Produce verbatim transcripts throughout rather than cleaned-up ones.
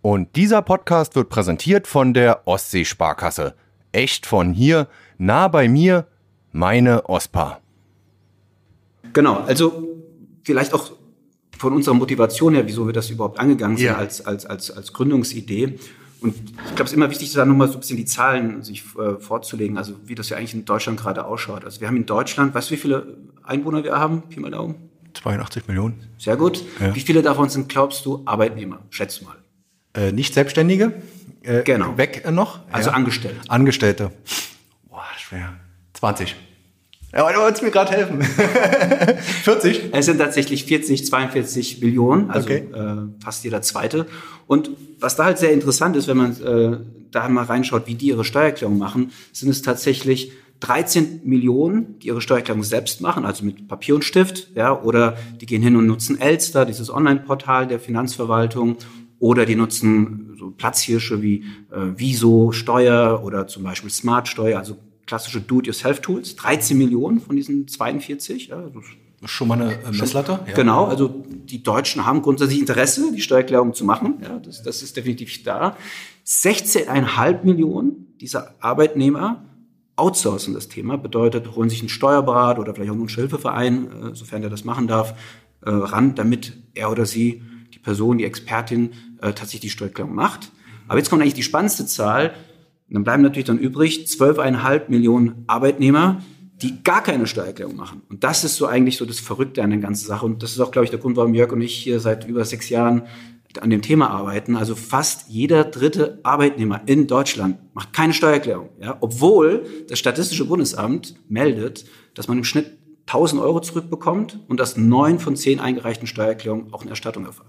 Und dieser Podcast wird präsentiert von der Ostseesparkasse. Echt von hier, nah bei mir, meine OSPA. Genau, also vielleicht auch von unserer Motivation her, wieso wir das überhaupt angegangen sind, ja. als, als, als, als Gründungsidee. Und ich glaube, es ist immer wichtig, da nochmal so ein bisschen die Zahlen sich äh, vorzulegen, also wie das ja eigentlich in Deutschland gerade ausschaut. Also wir haben in Deutschland, weißt du, wie viele Einwohner wir haben? Pi mal Daumen. zweiundachtzig Millionen. Sehr gut. Ja. Wie viele davon sind, glaubst du, Arbeitnehmer? Schätz mal. Äh, nicht Selbstständige? Äh, genau. Weg äh, noch? Also ja. Angestellte. Angestellte. Boah, schwer. zwanzig. Ja, du wolltest mir gerade helfen. vierzig? Es sind tatsächlich vierzig, zweiundvierzig Millionen, also okay. äh, fast jeder Zweite. Und was da halt sehr interessant ist, wenn man äh, da mal reinschaut, wie die ihre Steuererklärung machen, sind es tatsächlich dreizehn Millionen, die ihre Steuererklärung selbst machen, also mit Papier und Stift, ja, oder die gehen hin und nutzen Elster, dieses Online-Portal der Finanzverwaltung, oder die nutzen so Platzhirsche wie äh, Viso, Steuer oder zum Beispiel Smart Steuer, also klassische Do-it-yourself-Tools, dreizehn Millionen von diesen zweiundvierzig. Ja, das ist schon mal eine Messlatte. Ja. Genau, also die Deutschen haben grundsätzlich Interesse, die Steuererklärung zu machen. Ja, das, das ist definitiv da. sechzehn Komma fünf Millionen dieser Arbeitnehmer outsourcen das Thema, bedeutet, holen sich einen Steuerberater oder vielleicht auch einen Hilfeverein, äh, sofern der das machen darf, äh, ran, damit er oder sie, die Person, die Expertin, äh, tatsächlich die Steuererklärung macht. Aber jetzt kommt eigentlich die spannendste Zahl. Und dann bleiben natürlich dann übrig zwölf Komma fünf Millionen Arbeitnehmer, die gar keine Steuererklärung machen. Und das ist so eigentlich so das Verrückte an der ganzen Sache. Und das ist auch, glaube ich, der Grund, warum Jörg und ich hier seit über sechs Jahren an dem Thema arbeiten. Also fast jeder dritte Arbeitnehmer in Deutschland macht keine Steuererklärung. Ja? Obwohl das Statistische Bundesamt meldet, dass man im Schnitt tausend Euro zurückbekommt und dass neun von zehn eingereichten Steuererklärungen auch eine Erstattung erfahren.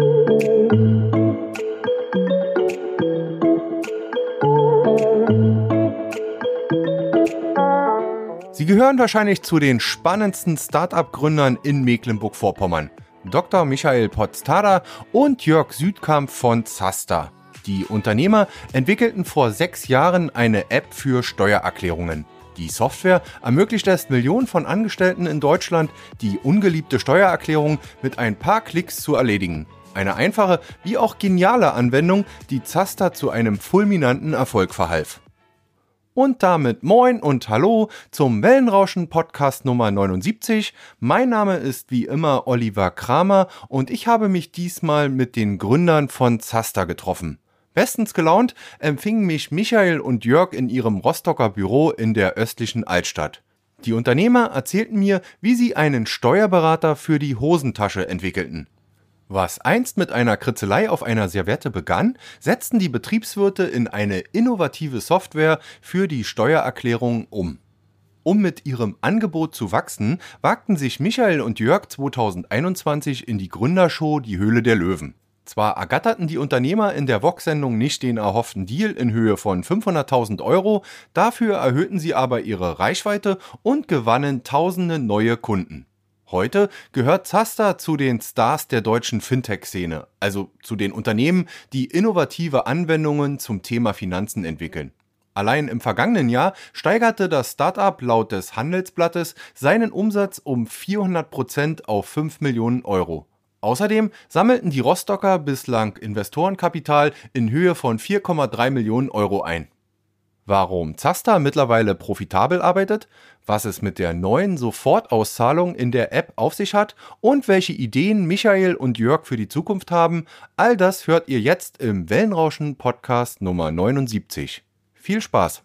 Sie gehören wahrscheinlich zu den spannendsten Start-up-Gründern in Mecklenburg-Vorpommern. Doktor Michael Potztader und Jörg Südkamp von Zasta. Die Unternehmer entwickelten vor sechs Jahren eine App für Steuererklärungen. Die Software ermöglicht es Millionen von Angestellten in Deutschland, die ungeliebte Steuererklärung mit ein paar Klicks zu erledigen. Eine einfache wie auch geniale Anwendung, die Zasta zu einem fulminanten Erfolg verhalf. Und damit moin und hallo zum Wellenrauschen-Podcast Nummer neunundsiebzig. Mein Name ist wie immer Oliver Kramer und ich habe mich diesmal mit den Gründern von Zasta getroffen. Bestens gelaunt empfingen mich Michael und Jörg in ihrem Rostocker Büro in der östlichen Altstadt. Die Unternehmer erzählten mir, wie sie einen Steuerberater für die Hosentasche entwickelten. Was einst mit einer Kritzelei auf einer Serviette begann, setzten die Betriebswirte in eine innovative Software für die Steuererklärung um. Um mit ihrem Angebot zu wachsen, wagten sich Michael und Jörg zweitausendeinundzwanzig in die Gründershow Die Höhle der Löwen. Zwar ergatterten die Unternehmer in der Vox-Sendung nicht den erhofften Deal in Höhe von fünfhunderttausend Euro, dafür erhöhten sie aber ihre Reichweite und gewannen tausende neue Kunden. Heute gehört Zasta zu den Stars der deutschen Fintech-Szene, also zu den Unternehmen, die innovative Anwendungen zum Thema Finanzen entwickeln. Allein im vergangenen Jahr steigerte das Startup laut des Handelsblattes seinen Umsatz um vierhundert Prozent auf fünf Millionen Euro. Außerdem sammelten die Rostocker bislang Investorenkapital in Höhe von vier Komma drei Millionen Euro ein. Warum Zasta mittlerweile profitabel arbeitet, was es mit der neuen Sofortauszahlung in der App auf sich hat und welche Ideen Michael und Jörg für die Zukunft haben, all das hört ihr jetzt im Wellenrauschen-Podcast Nummer neunundsiebzig. Viel Spaß!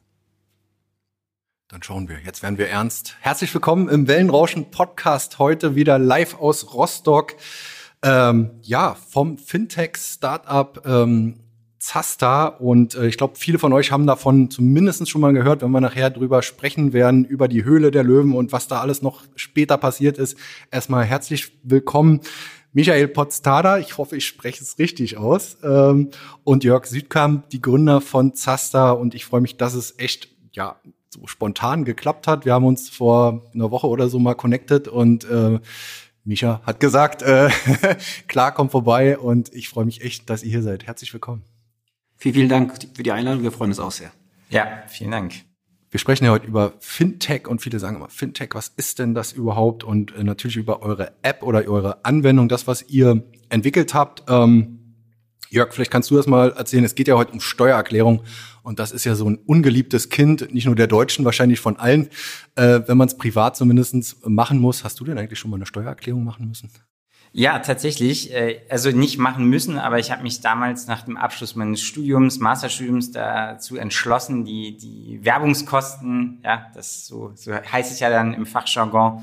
Dann schauen wir, jetzt werden wir ernst. Herzlich willkommen im Wellenrauschen-Podcast, heute wieder live aus Rostock. Ähm, ja, vom Fintech-Startup ähm, Zasta und äh, ich glaube, viele von euch haben davon zumindest schon mal gehört, wenn wir nachher drüber sprechen werden, über die Höhle der Löwen und was da alles noch später passiert ist. Erstmal herzlich willkommen, Michael Potztader, ich hoffe, ich spreche es richtig aus, ähm, und Jörg Südkamp, die Gründer von Zasta, und ich freue mich, dass es echt, ja, so spontan geklappt hat. Wir haben uns vor einer Woche oder so mal connected und äh, Micha hat gesagt, äh, klar, komm vorbei, und ich freue mich echt, dass ihr hier seid. Herzlich willkommen. Vielen, vielen Dank für die Einladung. Wir freuen uns auch sehr. Ja, vielen Dank. Wir sprechen ja heute über Fintech und viele sagen immer, Fintech, was ist denn das überhaupt? Und äh, natürlich über eure App oder eure Anwendung, das, was ihr entwickelt habt. Ähm, Jörg, vielleicht kannst du das mal erzählen. Es geht ja heute um Steuererklärung und das ist ja so ein ungeliebtes Kind, nicht nur der Deutschen, wahrscheinlich von allen, äh, wenn man es privat zumindest machen muss. Hast du denn eigentlich schon mal eine Steuererklärung machen müssen? Ja, tatsächlich. Also nicht machen müssen, aber ich habe mich damals nach dem Abschluss meines Studiums, Masterstudiums dazu entschlossen, die die Werbungskosten, ja, das so, so heißt es ja dann im Fachjargon,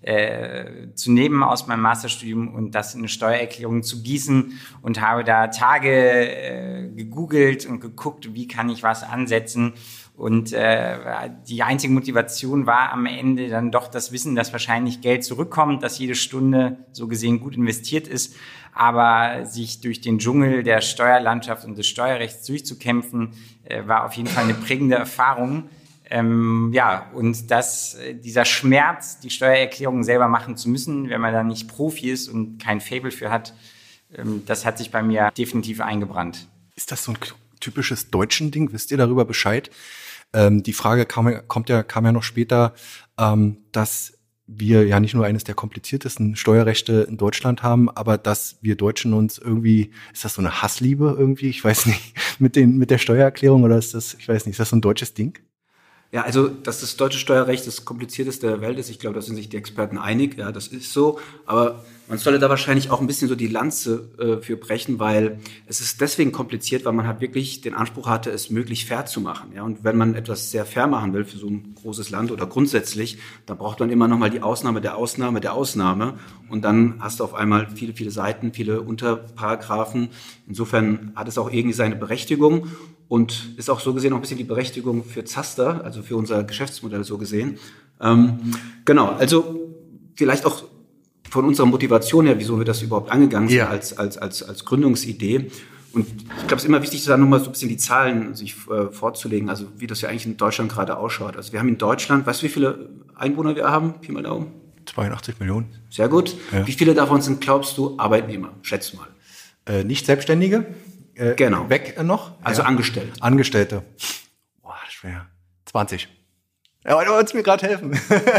äh, zu nehmen aus meinem Masterstudium und das in eine Steuererklärung zu gießen und habe da Tage äh, gegoogelt und geguckt, wie kann ich was ansetzen. Und äh, die einzige Motivation war am Ende dann doch das Wissen, dass wahrscheinlich Geld zurückkommt, dass jede Stunde so gesehen gut investiert ist. Aber sich durch den Dschungel der Steuerlandschaft und des Steuerrechts durchzukämpfen, äh, war auf jeden Fall eine prägende Erfahrung. Ähm, ja, und dass äh, dieser Schmerz, die Steuererklärung selber machen zu müssen, wenn man da nicht Profi ist und kein Faible für hat, ähm, das hat sich bei mir definitiv eingebrannt. Ist das so ein typisches deutschen Ding? Wisst ihr darüber Bescheid? Ähm, die Frage kam, kommt ja, kam ja noch später, ähm, dass wir ja nicht nur eines der kompliziertesten Steuerrechte in Deutschland haben, aber dass wir Deutschen uns irgendwie, ist das so eine Hassliebe irgendwie? Ich weiß nicht, mit den, mit der Steuererklärung oder ist das, ich weiß nicht, ist das so ein deutsches Ding? Ja, also, dass das deutsche Steuerrecht das komplizierteste der Welt ist, ich glaube, da sind sich die Experten einig, ja, das ist so, aber man sollte da wahrscheinlich auch ein bisschen so die Lanze äh, für brechen, weil es ist deswegen kompliziert, weil man halt wirklich den Anspruch hatte, es möglichst fair zu machen, ja, und wenn man etwas sehr fair machen will für so ein großes Land oder grundsätzlich, dann braucht man immer nochmal die Ausnahme der Ausnahme der Ausnahme und dann hast du auf einmal viele, viele Seiten, viele Unterparagraphen, insofern hat es auch irgendwie seine Berechtigung. Und ist auch so gesehen auch ein bisschen die Berechtigung für Zaster, also für unser Geschäftsmodell so gesehen. Ähm, genau, also vielleicht auch von unserer Motivation her, wieso wir das überhaupt angegangen sind, ja, als, als, als, als Gründungsidee. Und ich glaube, es ist immer wichtig, da nochmal so ein bisschen die Zahlen sich äh, vorzulegen, also wie das ja eigentlich in Deutschland gerade ausschaut. Also wir haben in Deutschland, weißt du, wie viele Einwohner wir haben? Pi mal Daumen. zweiundachtzig Millionen. Sehr gut. Ja. Wie viele davon sind, glaubst du, Arbeitnehmer? Schätz mal. Äh, nicht Selbstständige? Äh, genau. Weg äh, noch? Also ja. Angestellte. Angestellte. Boah, schwer. zwanzig. Ja, du wolltest mir gerade helfen.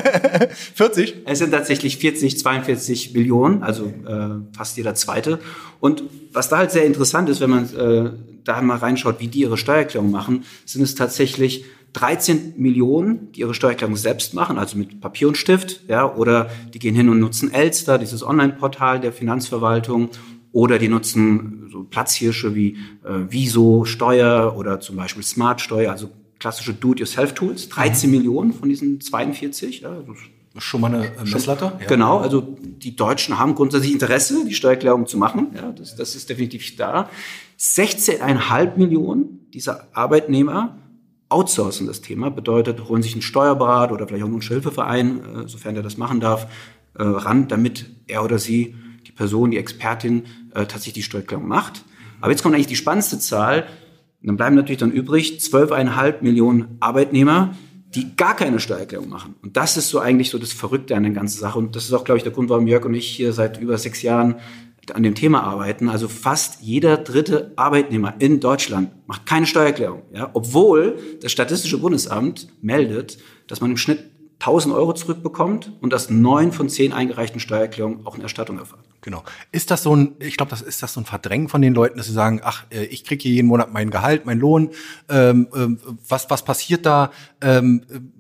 vierzig? Es sind tatsächlich vierzig, zweiundvierzig Millionen, also äh, fast jeder Zweite. Und was da halt sehr interessant ist, wenn man äh, da mal reinschaut, wie die ihre Steuererklärung machen, sind es tatsächlich dreizehn Millionen, die ihre Steuererklärung selbst machen, also mit Papier und Stift, ja, oder die gehen hin und nutzen Elster, dieses Online-Portal der Finanzverwaltung, oder die nutzen so Platzhirsche wie äh, Wieso, Steuer oder zum Beispiel Smart Steuer, also klassische Do-it-yourself-Tools. dreizehn mhm. Millionen von diesen zweiundvierzig. Ja, das ist schon mal eine äh, Messlatte. Ja. Genau, also die Deutschen haben grundsätzlich Interesse, die Steuererklärung zu machen. Ja, das, das ist definitiv da. sechzehn Komma fünf Millionen dieser Arbeitnehmer outsourcen das Thema. Bedeutet, holen sich einen Steuerberater oder vielleicht auch einen Hilfeverein, äh, sofern er das machen darf, äh, ran, damit er oder sie, die Person, die Expertin, äh, tatsächlich die Steuererklärung macht. Aber jetzt kommt eigentlich die spannendste Zahl. Und dann bleiben natürlich dann übrig zwölf Komma fünf Millionen Arbeitnehmer, die gar keine Steuererklärung machen. Und das ist so eigentlich so das Verrückte an der ganzen Sache. Und das ist auch, glaube ich, der Grund, warum Jörg und ich hier seit über sechs Jahren an dem Thema arbeiten. Also fast jeder dritte Arbeitnehmer in Deutschland macht keine Steuererklärung. Ja, obwohl das Statistische Bundesamt meldet, dass man im Schnitt tausend Euro zurückbekommt und dass neun von zehn eingereichten Steuererklärungen auch eine Erstattung erfahren. Genau. Ist das so ein, ich glaube, das ist das so ein Verdrängen von den Leuten, dass sie sagen, ach, ich kriege hier jeden Monat mein Gehalt, mein Lohn, ähm, ähm, was was passiert da? Ähm,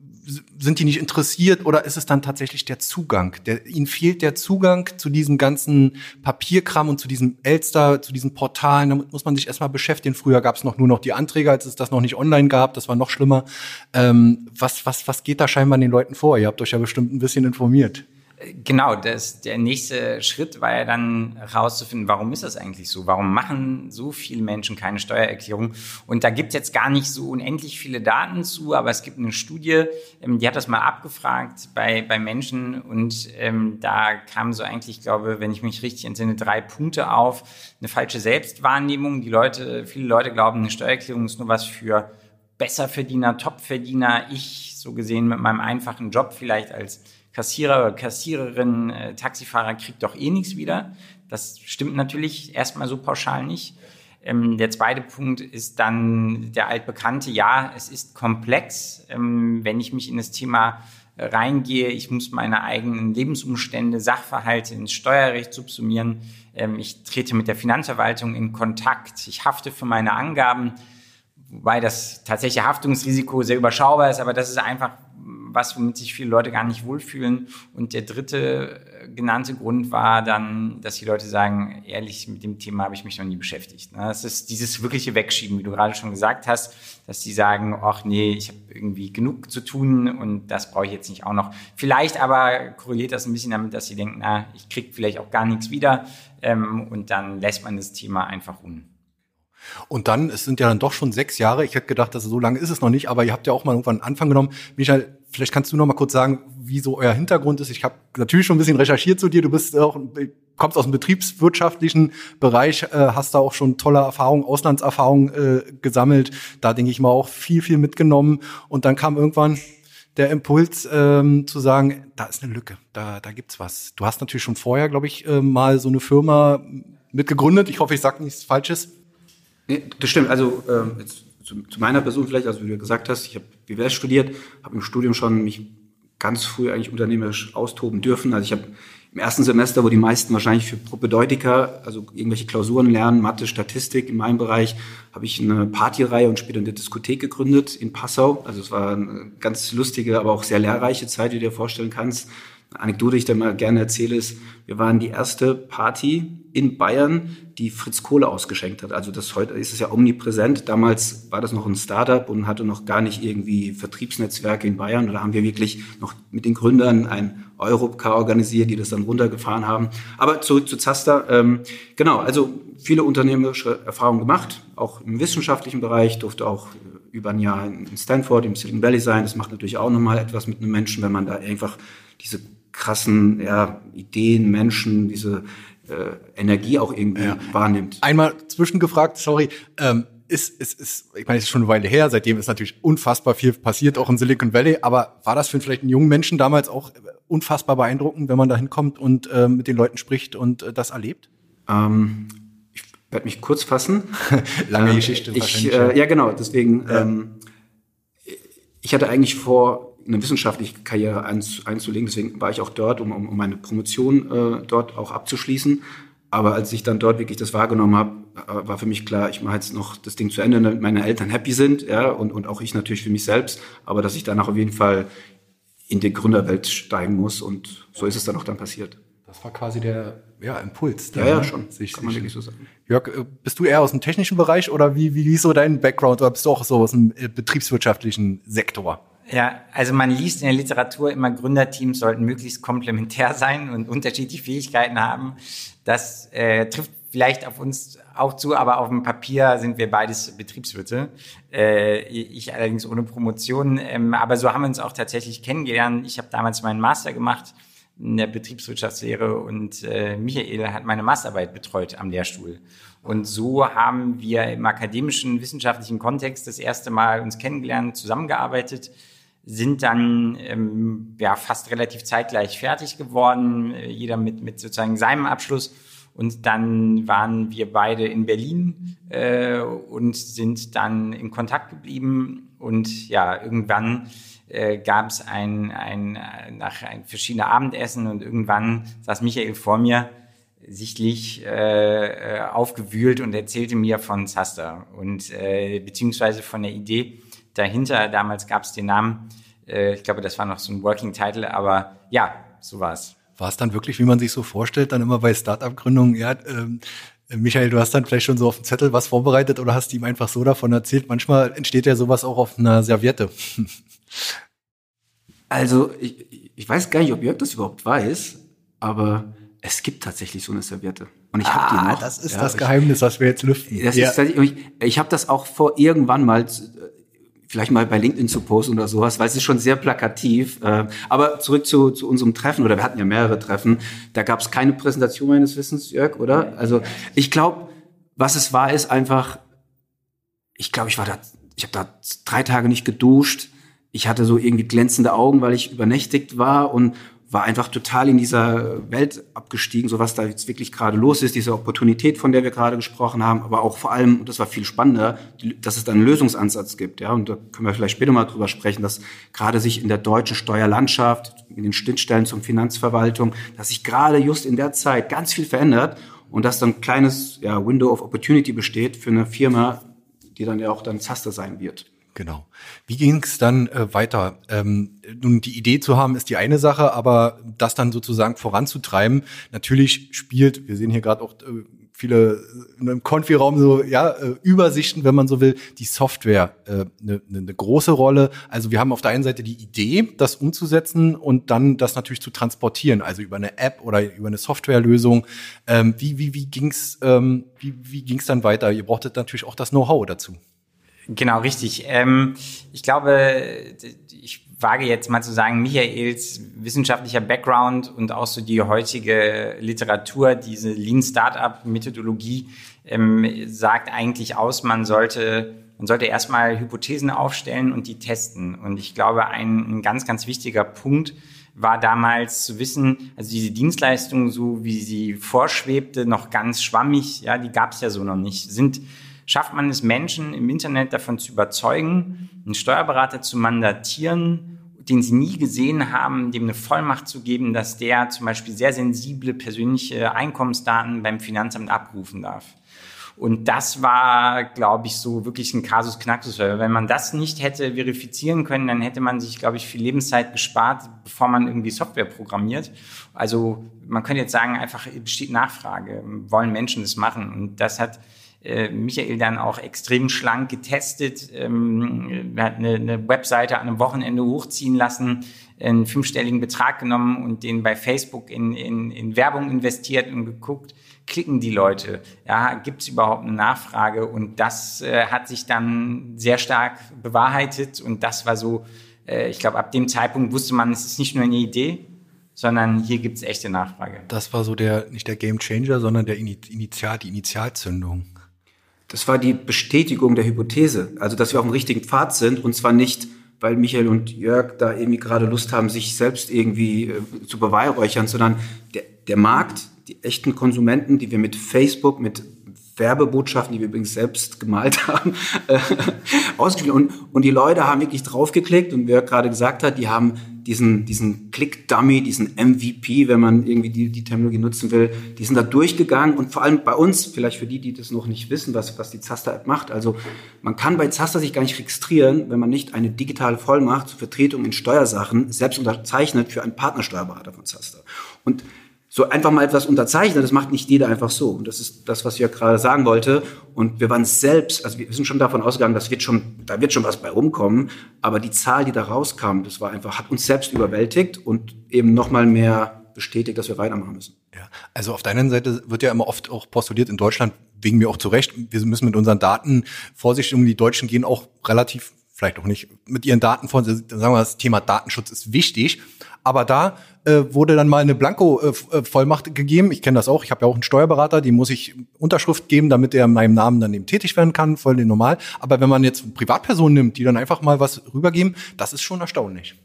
sind die nicht interessiert oder ist es dann tatsächlich der Zugang? Der, ihnen fehlt der Zugang zu diesem ganzen Papierkram und zu diesem Elster, zu diesen Portalen. Damit muss man sich erstmal beschäftigen. Früher gab es noch nur noch die Anträge, als es das noch nicht online gab. Das war noch schlimmer. Ähm, was was was geht da scheinbar an den Leuten vor? Ihr habt euch ja bestimmt ein bisschen informiert. Genau, das, der nächste Schritt war ja dann herauszufinden, warum ist das eigentlich so? Warum machen so viele Menschen keine Steuererklärung? Und da gibt es jetzt gar nicht so unendlich viele Daten zu, aber es gibt eine Studie, die hat das mal abgefragt bei, bei Menschen und ähm, da kamen so eigentlich, ich glaube, wenn ich mich richtig entsinne, drei Punkte auf. Eine falsche Selbstwahrnehmung. Die Leute, viele Leute glauben, eine Steuererklärung ist nur was für Besserverdiener, Topverdiener. Ich, so gesehen mit meinem einfachen Job vielleicht als Kassierer oder Kassiererin, äh, Taxifahrer kriegt doch eh nichts wieder. Das stimmt natürlich erstmal so pauschal nicht. Ähm, der zweite Punkt ist dann der altbekannte, ja, es ist komplex. Ähm, wenn ich mich in das Thema reingehe. Ich muss meine eigenen Lebensumstände, Sachverhalte ins Steuerrecht subsumieren. Ähm, ich trete mit der Finanzverwaltung in Kontakt. Ich hafte für meine Angaben, wobei das tatsächliche Haftungsrisiko sehr überschaubar ist, aber das ist einfach was, womit sich viele Leute gar nicht wohlfühlen. Und der dritte genannte Grund war dann, dass die Leute sagen, ehrlich, mit dem Thema habe ich mich noch nie beschäftigt. Das ist dieses wirkliche Wegschieben, wie du gerade schon gesagt hast, dass die sagen, ach nee, ich habe irgendwie genug zu tun und das brauche ich jetzt nicht auch noch. Vielleicht aber korreliert das ein bisschen damit, dass sie denken, na, ich kriege vielleicht auch gar nichts wieder, ähm, und dann lässt man das Thema einfach ruhen. Und dann, es sind ja dann doch schon sechs Jahre. Ich hätte gedacht, dass so lange ist es noch nicht, aber ihr habt ja auch mal irgendwann einen Anfang genommen. Michael, vielleicht kannst du noch mal kurz sagen, wie so euer Hintergrund ist. Ich habe natürlich schon ein bisschen recherchiert zu dir. Du bist auch, kommst aus dem betriebswirtschaftlichen Bereich, äh, hast da auch schon tolle Erfahrungen, Auslandserfahrungen äh, gesammelt. Da denke ich mal auch viel, viel mitgenommen. Und dann kam irgendwann der Impuls, ähm, zu sagen, da ist eine Lücke, da, da gibt's was. Du hast natürlich schon vorher, glaube ich, äh, mal so eine Firma mitgegründet. Ich hoffe, ich sage nichts Falsches. Nee, das stimmt. Also ähm, jetzt zu, zu meiner Person vielleicht, also wie du gesagt hast, ich habe B W L studiert, habe im Studium schon mich ganz früh eigentlich unternehmerisch austoben dürfen. Also ich habe im ersten Semester, wo die meisten wahrscheinlich für Propedeutika, also irgendwelche Klausuren lernen, Mathe, Statistik in meinem Bereich, habe ich eine Partyreihe und später eine Diskothek gegründet in Passau. Also es war eine ganz lustige, aber auch sehr lehrreiche Zeit, wie du dir vorstellen kannst. Eine Anekdote, die ich da mal gerne erzähle, ist, wir waren die erste Party in Bayern, die Fritz Kohle ausgeschenkt hat. Also das heute ist es ja omnipräsent. Damals war das noch ein Startup und hatte noch gar nicht irgendwie Vertriebsnetzwerke in Bayern. Da haben wir wirklich noch mit den Gründern ein Europcar organisiert, die das dann runtergefahren haben. Aber zurück zu Zaster. Ähm, genau, also viele unternehmerische Erfahrungen gemacht, auch im wissenschaftlichen Bereich, durfte auch über ein Jahr in Stanford, im Silicon Valley sein. Das macht natürlich auch nochmal etwas mit einem Menschen, wenn man da einfach diese krassen ja, Ideen, Menschen, diese äh, Energie auch irgendwie ja. wahrnimmt. Einmal zwischengefragt, sorry, ähm, ist, ist, ist, ich meine, es ist schon eine Weile her, seitdem ist natürlich unfassbar viel passiert, auch in Silicon Valley, aber war das für vielleicht einen jungen Menschen damals auch unfassbar beeindruckend, wenn man da hinkommt und äh, mit den Leuten spricht und äh, das erlebt? Ähm, ich werde mich kurz fassen. Lange ähm, Geschichte ich, wahrscheinlich. Äh, ja, genau, deswegen, ja. Ähm, ich hatte eigentlich vor, eine wissenschaftliche Karriere einzulegen. Deswegen war ich auch dort, um, um meine Promotion äh, dort auch abzuschließen. Aber als ich dann dort wirklich das wahrgenommen habe, war für mich klar, ich mache jetzt noch das Ding zu Ende, damit meine Eltern happy sind, ja, und, und auch ich natürlich für mich selbst. Aber dass ich danach auf jeden Fall in die Gründerwelt steigen muss. Und so ist es dann auch dann passiert. Das war quasi der ja, Impuls. Ja, ja, schon. Sich, kann man sich, wirklich so sagen. Jörg, bist du eher aus dem technischen Bereich oder wie, wie ist so dein Background? Oder bist du auch so aus dem betriebswirtschaftlichen Sektor? Ja, also man liest in der Literatur immer, Gründerteams sollten möglichst komplementär sein und unterschiedliche Fähigkeiten haben. Das äh, trifft vielleicht auf uns auch zu, aber auf dem Papier sind wir beides Betriebswirte. Äh, ich allerdings ohne Promotion. Ähm, aber so haben wir uns auch tatsächlich kennengelernt. Ich habe damals meinen Master gemacht in der Betriebswirtschaftslehre und äh, Michael hat meine Masterarbeit betreut am Lehrstuhl. Und so haben wir im akademischen, wissenschaftlichen Kontext das erste Mal uns kennengelernt, zusammengearbeitet, sind dann ähm, ja fast relativ zeitgleich fertig geworden, äh, jeder mit mit sozusagen seinem Abschluss. Und dann waren wir beide in Berlin äh, und sind dann in Kontakt geblieben. Und ja, irgendwann äh, gab es ein, ein, nach ein verschiedene Abendessen und irgendwann saß Michael vor mir, sichtlich äh, aufgewühlt und erzählte mir von Zaster und äh, beziehungsweise von der Idee dahinter. Damals gab es den Namen, äh, ich glaube, das war noch so ein Working Title, aber ja, so war es. War es dann wirklich, wie man sich so vorstellt, dann immer bei Startup-Gründungen, ja, ähm, Michael, du hast dann vielleicht schon so auf dem Zettel was vorbereitet oder hast ihm einfach so davon erzählt? Manchmal entsteht ja sowas auch auf einer Serviette. Also, ich, ich weiß gar nicht, ob Jörg das überhaupt weiß, aber es gibt tatsächlich so eine Serviette. Und ich ah, habe die noch. Das ist ja, das Geheimnis, was wir jetzt lüften. Das ja. ist, ich ich habe das auch vor, irgendwann mal, vielleicht mal bei LinkedIn zu posten oder sowas, weil es ist schon sehr plakativ. Aber zurück zu, zu unserem Treffen, oder wir hatten ja mehrere Treffen, da gab es keine Präsentation meines Wissens, Jörg, oder? Also ich glaube, was es war, ist einfach, ich glaube, ich war da, ich habe da drei Tage nicht geduscht. Ich hatte so irgendwie glänzende Augen, weil ich übernächtigt war und war einfach total in dieser Welt abgestiegen, so was da jetzt wirklich gerade los ist, diese Opportunität, von der wir gerade gesprochen haben, aber auch vor allem, und das war viel spannender, dass es da einen Lösungsansatz gibt, ja, und da können wir vielleicht später mal drüber sprechen, dass gerade sich in der deutschen Steuerlandschaft, in den Schnittstellen zur Finanzverwaltung, dass sich gerade just in der Zeit ganz viel verändert und dass dann ein kleines ja, Window of Opportunity besteht für eine Firma, die dann ja auch dann Zaster sein wird. Genau. Wie ging es dann äh, weiter? Ähm, nun, die Idee zu haben, ist die eine Sache, aber das dann sozusagen voranzutreiben, natürlich spielt, wir sehen hier gerade auch äh, viele äh, im Konfi-Raum so, ja, äh, Übersichten, wenn man so will, die Software eine äh, ne, ne große Rolle. Also wir haben auf der einen Seite die Idee, das umzusetzen und dann das natürlich zu transportieren, also über eine App oder über eine Softwarelösung. Ähm, wie wie wie ging's ähm, wie wie ging's dann weiter? Ihr brauchtet natürlich auch das Know-how dazu. Genau, richtig. Ähm, ich glaube, ich wage jetzt mal zu sagen, Michaels wissenschaftlicher Background und auch so die heutige Literatur, diese Lean Startup Methodologie, ähm, sagt eigentlich aus, man sollte, man sollte erstmal Hypothesen aufstellen und die testen. Und ich glaube, ein, ein ganz, ganz wichtiger Punkt war damals zu wissen, also diese Dienstleistung, so wie sie vorschwebte, noch ganz schwammig, ja, die gab es ja so noch nicht, sind schafft man es, Menschen im Internet davon zu überzeugen, einen Steuerberater zu mandatieren, den sie nie gesehen haben, dem eine Vollmacht zu geben, dass der zum Beispiel sehr sensible persönliche Einkommensdaten beim Finanzamt abrufen darf. Und das war, glaube ich, so wirklich ein Kasus Knaxus. Weil wenn man das nicht hätte verifizieren können, dann hätte man sich, glaube ich, viel Lebenszeit gespart, bevor man irgendwie Software programmiert. Also man könnte jetzt sagen, einfach besteht Nachfrage, wollen Menschen das machen. Und das hat Michael dann auch extrem schlank getestet, ähm, hat eine, eine Webseite an einem Wochenende hochziehen lassen, einen fünfstelligen Betrag genommen und den bei Facebook in, in, in Werbung investiert und geguckt, klicken die Leute, ja, gibt es überhaupt eine Nachfrage? Und das äh, hat sich dann sehr stark bewahrheitet und das war so, äh, ich glaube, ab dem Zeitpunkt wusste man, es ist nicht nur eine Idee, sondern hier gibt es echte Nachfrage. Das war so der, nicht der Game Changer, sondern der Initial, die Initialzündung. Das war die Bestätigung der Hypothese, also dass wir auf dem richtigen Pfad sind und zwar nicht, weil Michael und Jörg da irgendwie gerade Lust haben, sich selbst irgendwie äh, zu beweihräuchern, sondern der, der Markt, die echten Konsumenten, die wir mit Facebook, mit Werbebotschaften, die wir übrigens selbst gemalt haben, äh, ausgespielt und, und die Leute haben wirklich draufgeklickt und wie Jörg gerade gesagt hat, die haben diesen, diesen Click-Dummy, diesen M V P, wenn man irgendwie die, die Terminologie nutzen will, die sind da durchgegangen und vor allem bei uns, vielleicht für die, die das noch nicht wissen, was, was die Zaster-App macht, also man kann bei Zaster sich gar nicht registrieren, wenn man nicht eine digitale Vollmacht zur Vertretung in Steuersachen selbst unterzeichnet für einen Partnersteuerberater von Zaster. Und so einfach mal etwas unterzeichnen, das macht nicht jeder einfach so. Und das ist das, was ich ja gerade sagen wollte. Und wir waren selbst, also wir sind schon davon ausgegangen, das wird schon, da wird schon was bei rumkommen. Aber die Zahl, die da rauskam, das war einfach, hat uns selbst überwältigt und eben nochmal mehr bestätigt, dass wir weitermachen müssen. Ja, also auf der einen Seite wird ja immer oft auch postuliert in Deutschland, wegen mir auch zu Recht, wir müssen mit unseren Daten vorsichtig um, die Deutschen gehen auch relativ, vielleicht auch nicht, mit ihren Daten vor, sagen wir, das Thema Datenschutz ist wichtig. Aber da äh, wurde dann mal eine Blanko-Vollmacht äh, gegeben. Ich kenne das auch. Ich habe ja auch einen Steuerberater, die muss ich Unterschrift geben, damit er in meinem Namen dann eben tätig werden kann, voll normal. Aber wenn man jetzt Privatpersonen nimmt, die dann einfach mal was rübergeben, das ist schon erstaunlich.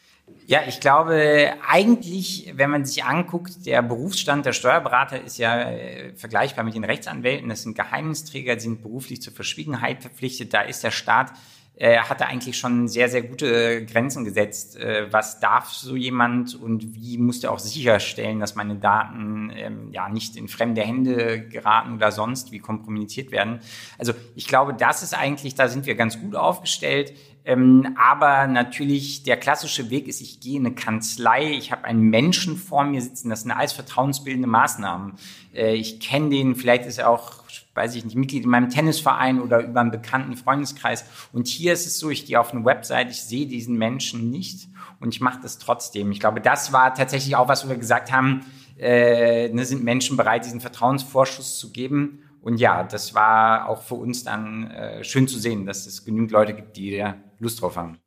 Ja, ich glaube, eigentlich, wenn man sich anguckt, der Berufsstand der Steuerberater ist ja äh, vergleichbar mit den Rechtsanwälten. Das sind Geheimnisträger, die sind beruflich zur Verschwiegenheit verpflichtet. Da ist der Staat Er hatte eigentlich schon sehr, sehr gute Grenzen gesetzt. Was darf so jemand und wie muss der auch sicherstellen, dass meine Daten ähm, ja nicht in fremde Hände geraten oder sonst wie kompromittiert werden? Also ich glaube, das ist eigentlich, da sind wir ganz gut aufgestellt. Ähm, aber natürlich der klassische Weg ist, ich gehe in eine Kanzlei, ich habe einen Menschen vor mir sitzen, das sind alles vertrauensbildende Maßnahmen. Äh, ich kenne den, vielleicht ist er auch, weiß ich nicht, Mitglied in meinem Tennisverein oder über einen bekannten Freundeskreis. Und hier ist es so, ich gehe auf eine Website, ich sehe diesen Menschen nicht und ich mache das trotzdem. Ich glaube, das war tatsächlich auch, was wir gesagt haben, äh, ne, sind Menschen bereit, diesen Vertrauensvorschuss zu geben. Und ja, das war auch für uns dann äh, schön zu sehen, dass es genügend Leute gibt, die da Lust drauf haben.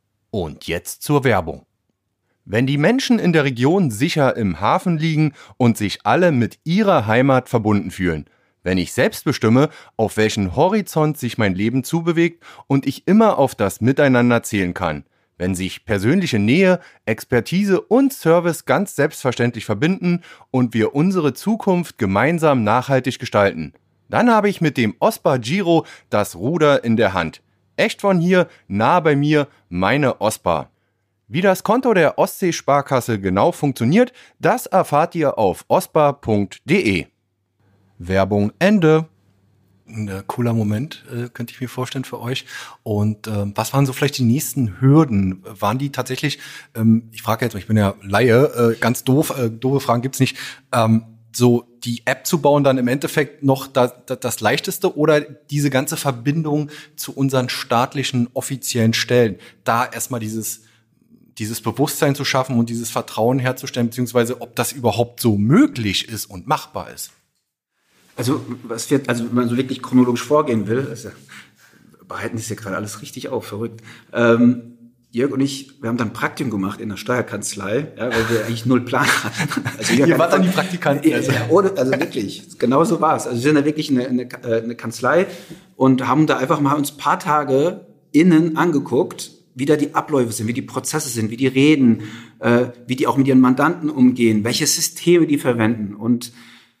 Und jetzt zur Werbung. Wenn die Menschen in der Region sicher im Hafen liegen und sich alle mit ihrer Heimat verbunden fühlen, wenn ich selbst bestimme, auf welchen Horizont sich mein Leben zubewegt und ich immer auf das Miteinander zählen kann, wenn sich persönliche Nähe, Expertise und Service ganz selbstverständlich verbinden und wir unsere Zukunft gemeinsam nachhaltig gestalten. Dann habe ich mit dem OSPA Giro das Ruder in der Hand. Echt von hier, nah bei mir, meine OSPA. Wie das Konto der Ostsee-Sparkasse genau funktioniert, das erfahrt ihr auf ospa punkt de. Werbung Ende. Ein äh, cooler Moment, äh, könnte ich mir vorstellen für euch. Und äh, was waren so vielleicht die nächsten Hürden? Waren die tatsächlich, ähm, ich frage jetzt, ich bin ja Laie, äh, ganz doof, äh, doofe Fragen gibt's nicht, ähm, so die App zu bauen dann im Endeffekt noch das, das, das Leichteste oder diese ganze Verbindung zu unseren staatlichen offiziellen Stellen? Da erstmal dieses dieses Bewusstsein zu schaffen und dieses Vertrauen herzustellen, beziehungsweise ob das überhaupt so möglich ist und machbar ist. Also, was wir, also wenn man so wirklich chronologisch vorgehen will, also, behalten das ja gerade alles richtig auf, verrückt. Ähm, Jörg und ich, wir haben dann ein Praktikum gemacht in der Steuerkanzlei, ja, weil wir eigentlich null Plan hatten. Also Jörg Ihr wart dann die Praktikanten. Also. Ja, ohne, also wirklich, genau so war es. Also wir sind da wirklich eine, eine, eine Kanzlei und haben da einfach mal uns ein paar Tage innen angeguckt, wie da die Abläufe sind, wie die Prozesse sind, wie die reden, äh, wie die auch mit ihren Mandanten umgehen, welche Systeme die verwenden. Und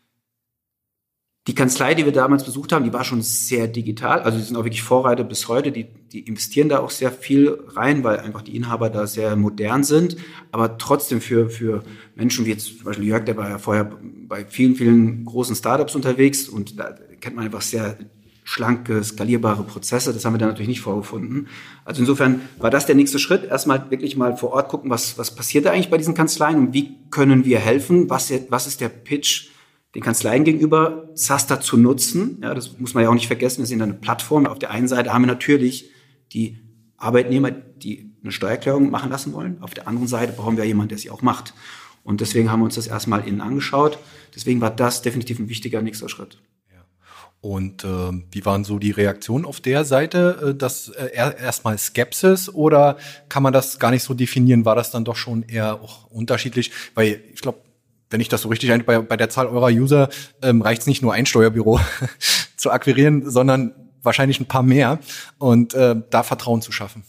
die Kanzlei, die wir damals besucht haben, die war schon sehr digital. Also die sind auch wirklich Vorreiter bis heute. Die, die investieren da auch sehr viel rein, weil einfach die Inhaber da sehr modern sind. Aber trotzdem für, für Menschen wie jetzt zum Beispiel Jörg, der war ja vorher bei vielen, vielen großen Startups unterwegs. Und da kennt man einfach sehr schlanke, skalierbare Prozesse. Das haben wir da natürlich nicht vorgefunden. Also insofern war das der nächste Schritt. Erstmal wirklich mal vor Ort gucken, was, was passiert da eigentlich bei diesen Kanzleien und wie können wir helfen? Was, was ist der Pitch den Kanzleien gegenüber, Zasta zu nutzen? Ja, das muss man ja auch nicht vergessen. Wir sind eine Plattform. Auf der einen Seite haben wir natürlich die Arbeitnehmer, die eine Steuererklärung machen lassen wollen. Auf der anderen Seite brauchen wir jemanden, der sie auch macht. Und deswegen haben wir uns das erstmal innen angeschaut. Deswegen war das definitiv ein wichtiger nächster Schritt. Und äh, wie waren so die Reaktionen auf der Seite? Äh, das äh, erstmal Skepsis oder kann man das gar nicht so definieren? War das dann doch schon eher auch unterschiedlich? Weil ich glaube, wenn ich das so richtig ein, bei, bei der Zahl eurer User ähm, reicht es nicht nur ein Steuerbüro zu akquirieren, sondern wahrscheinlich ein paar mehr und äh, da Vertrauen zu schaffen.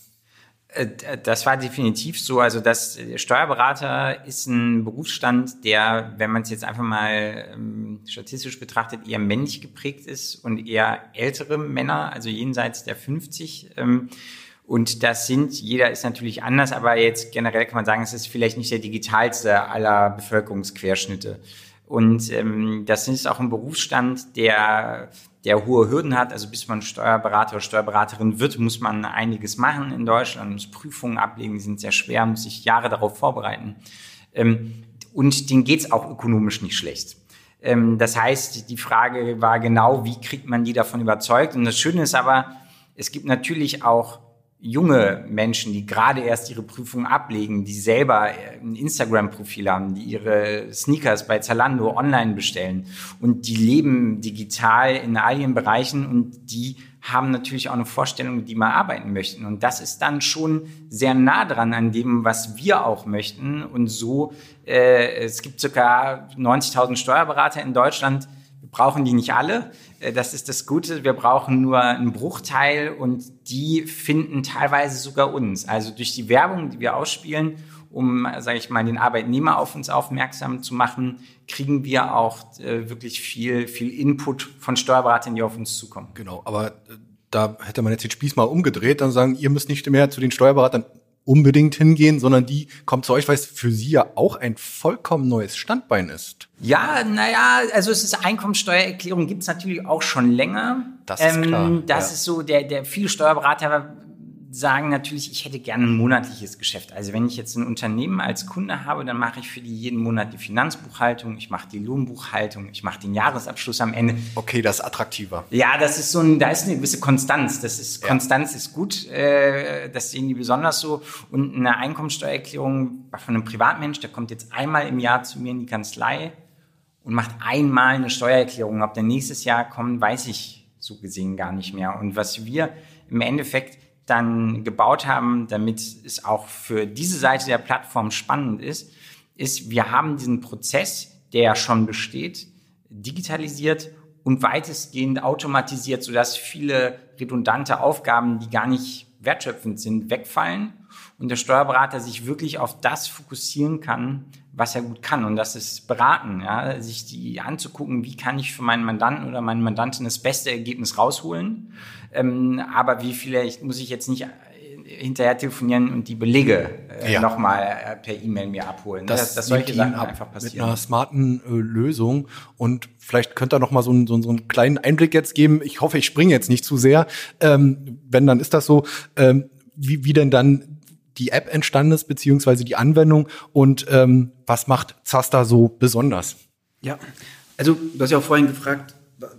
Das war definitiv so. Also das Steuerberater ist ein Berufsstand, der, wenn man es jetzt einfach mal ähm, statistisch betrachtet, eher männlich geprägt ist und eher ältere Männer, also jenseits der fünfzig. Ähm, und das sind, jeder ist natürlich anders, aber jetzt generell kann man sagen, es ist vielleicht nicht der digitalste aller Bevölkerungsquerschnitte. Und ähm, das ist auch ein Berufsstand, der der hohe Hürden hat. Also bis man Steuerberater oder Steuerberaterin wird, muss man einiges machen in Deutschland, muss Prüfungen ablegen, die sind sehr schwer, muss sich Jahre darauf vorbereiten. Ähm, und denen geht's auch ökonomisch nicht schlecht. Ähm, das heißt, die Frage war genau, wie kriegt man die davon überzeugt? Und das Schöne ist aber, es gibt natürlich auch junge Menschen, die gerade erst ihre Prüfung ablegen, die selber ein Instagram-Profil haben, die ihre Sneakers bei Zalando online bestellen und die leben digital in all ihren Bereichen und die haben natürlich auch eine Vorstellung, mit die mal arbeiten möchten. Und das ist dann schon sehr nah dran an dem, was wir auch möchten. Und so, äh, es gibt sogar neunzigtausend Steuerberater in Deutschland. Wir brauchen die nicht alle. Das ist das Gute. Wir brauchen nur einen Bruchteil und die finden teilweise sogar uns. Also durch die Werbung, die wir ausspielen, um, sage ich mal, den Arbeitnehmer auf uns aufmerksam zu machen, kriegen wir auch äh, wirklich viel, viel Input von Steuerberatern, die auf uns zukommen. Genau, aber äh, da hätte man jetzt den Spieß mal umgedreht, dann sagen, ihr müsst nicht mehr zu den Steuerberatern unbedingt hingehen, sondern die kommt zu euch, weil es für sie ja auch ein vollkommen neues Standbein ist. Ja, naja, also es ist Einkommensteuererklärung gibt's natürlich auch schon länger. Das ist ähm, klar. Das ja. ist so, der, der viele Steuerberater sagen natürlich, ich hätte gerne ein monatliches Geschäft. Also wenn ich jetzt ein Unternehmen als Kunde habe, dann mache ich für die jeden Monat die Finanzbuchhaltung, ich mache die Lohnbuchhaltung, ich mache den Jahresabschluss am Ende. Okay, das ist attraktiver. Ja, das ist so ein, da ist eine gewisse Konstanz. Das ist, ja. Konstanz ist gut, äh, das sehen die besonders so. Und eine Einkommensteuererklärung von einem Privatmensch, der kommt jetzt einmal im Jahr zu mir in die Kanzlei und macht einmal eine Steuererklärung. Ob der nächstes Jahr kommt, weiß ich so gesehen gar nicht mehr. Und was wir im Endeffekt dann gebaut haben, damit es auch für diese Seite der Plattform spannend ist, ist, wir haben diesen Prozess, der schon besteht, digitalisiert und weitestgehend automatisiert, sodass viele redundante Aufgaben, die gar nicht wertschöpfend sind, wegfallen und der Steuerberater sich wirklich auf das fokussieren kann, was er gut kann. Und das ist beraten, ja, sich die anzugucken, wie kann ich für meinen Mandanten oder meine Mandantin das beste Ergebnis rausholen. Ähm, aber wie vielleicht muss ich jetzt nicht hinterher telefonieren und die Belege äh, ja. nochmal äh, per E-Mail mir abholen. Das, das, das solche Sachen ab einfach passieren. Mit einer smarten äh, Lösung. Und vielleicht könnt ihr noch mal so, ein, so, so einen kleinen Einblick jetzt geben. Ich hoffe, ich springe jetzt nicht zu sehr. Ähm, wenn, dann ist das so. Ähm, wie, wie denn dann die App entstanden ist, beziehungsweise die Anwendung. Und ähm, was macht Zasta so besonders? Ja, also du hast ja auch vorhin gefragt,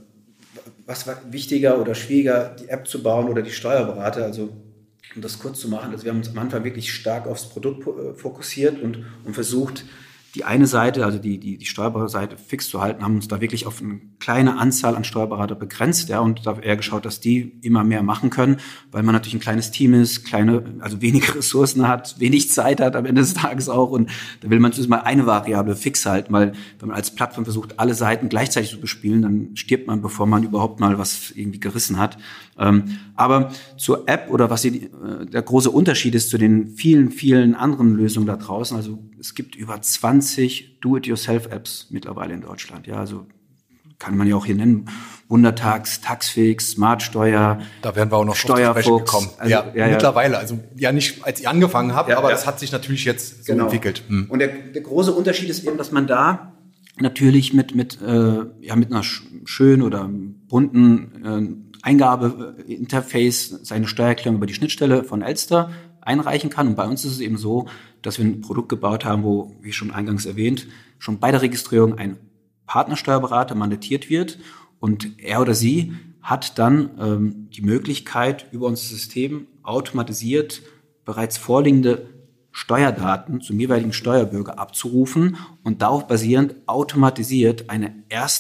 was war wichtiger oder schwieriger, die App zu bauen oder die Steuerberater? Also um das kurz zu machen, also wir haben uns am Anfang wirklich stark aufs Produkt fokussiert und, und versucht, die eine Seite, also die, die, die Steuerberaterseite fix zu halten, haben uns da wirklich auf eine kleine Anzahl an Steuerberater begrenzt, ja, und da eher geschaut, dass die immer mehr machen können, weil man natürlich ein kleines Team ist, kleine, also wenig Ressourcen hat, wenig Zeit hat am Ende des Tages auch, und da will man zumindest mal eine Variable fix halten, weil wenn man als Plattform versucht, alle Seiten gleichzeitig zu bespielen, dann stirbt man, bevor man überhaupt mal was irgendwie gerissen hat. Ähm, aber zur App oder was die, äh, der große Unterschied ist zu den vielen, vielen anderen Lösungen da draußen, also es gibt über zwanzig Do-it-yourself-Apps mittlerweile in Deutschland. Ja, also kann man ja auch hier nennen, Wundertax, Taxfix, Smartsteuer. Da werden wir auch noch Steuerfuchs kommen. Also, ja, ja, mittlerweile. Also ja nicht, als ich angefangen habe, ja, aber ja. das hat sich natürlich jetzt so genau. entwickelt. Hm. Und der, der große Unterschied ist eben, dass man da natürlich mit mit äh, ja mit einer schönen oder bunten äh, Eingabeinterface seine Steuererklärung über die Schnittstelle von Elster einreichen kann. Und bei uns ist es eben so, dass wir ein Produkt gebaut haben, wo, wie schon eingangs erwähnt, schon bei der Registrierung ein Partnersteuerberater mandatiert wird und er oder sie hat dann ähm, die Möglichkeit, über unser System automatisiert bereits vorliegende Steuerdaten zum jeweiligen Steuerbürger abzurufen und darauf basierend automatisiert eine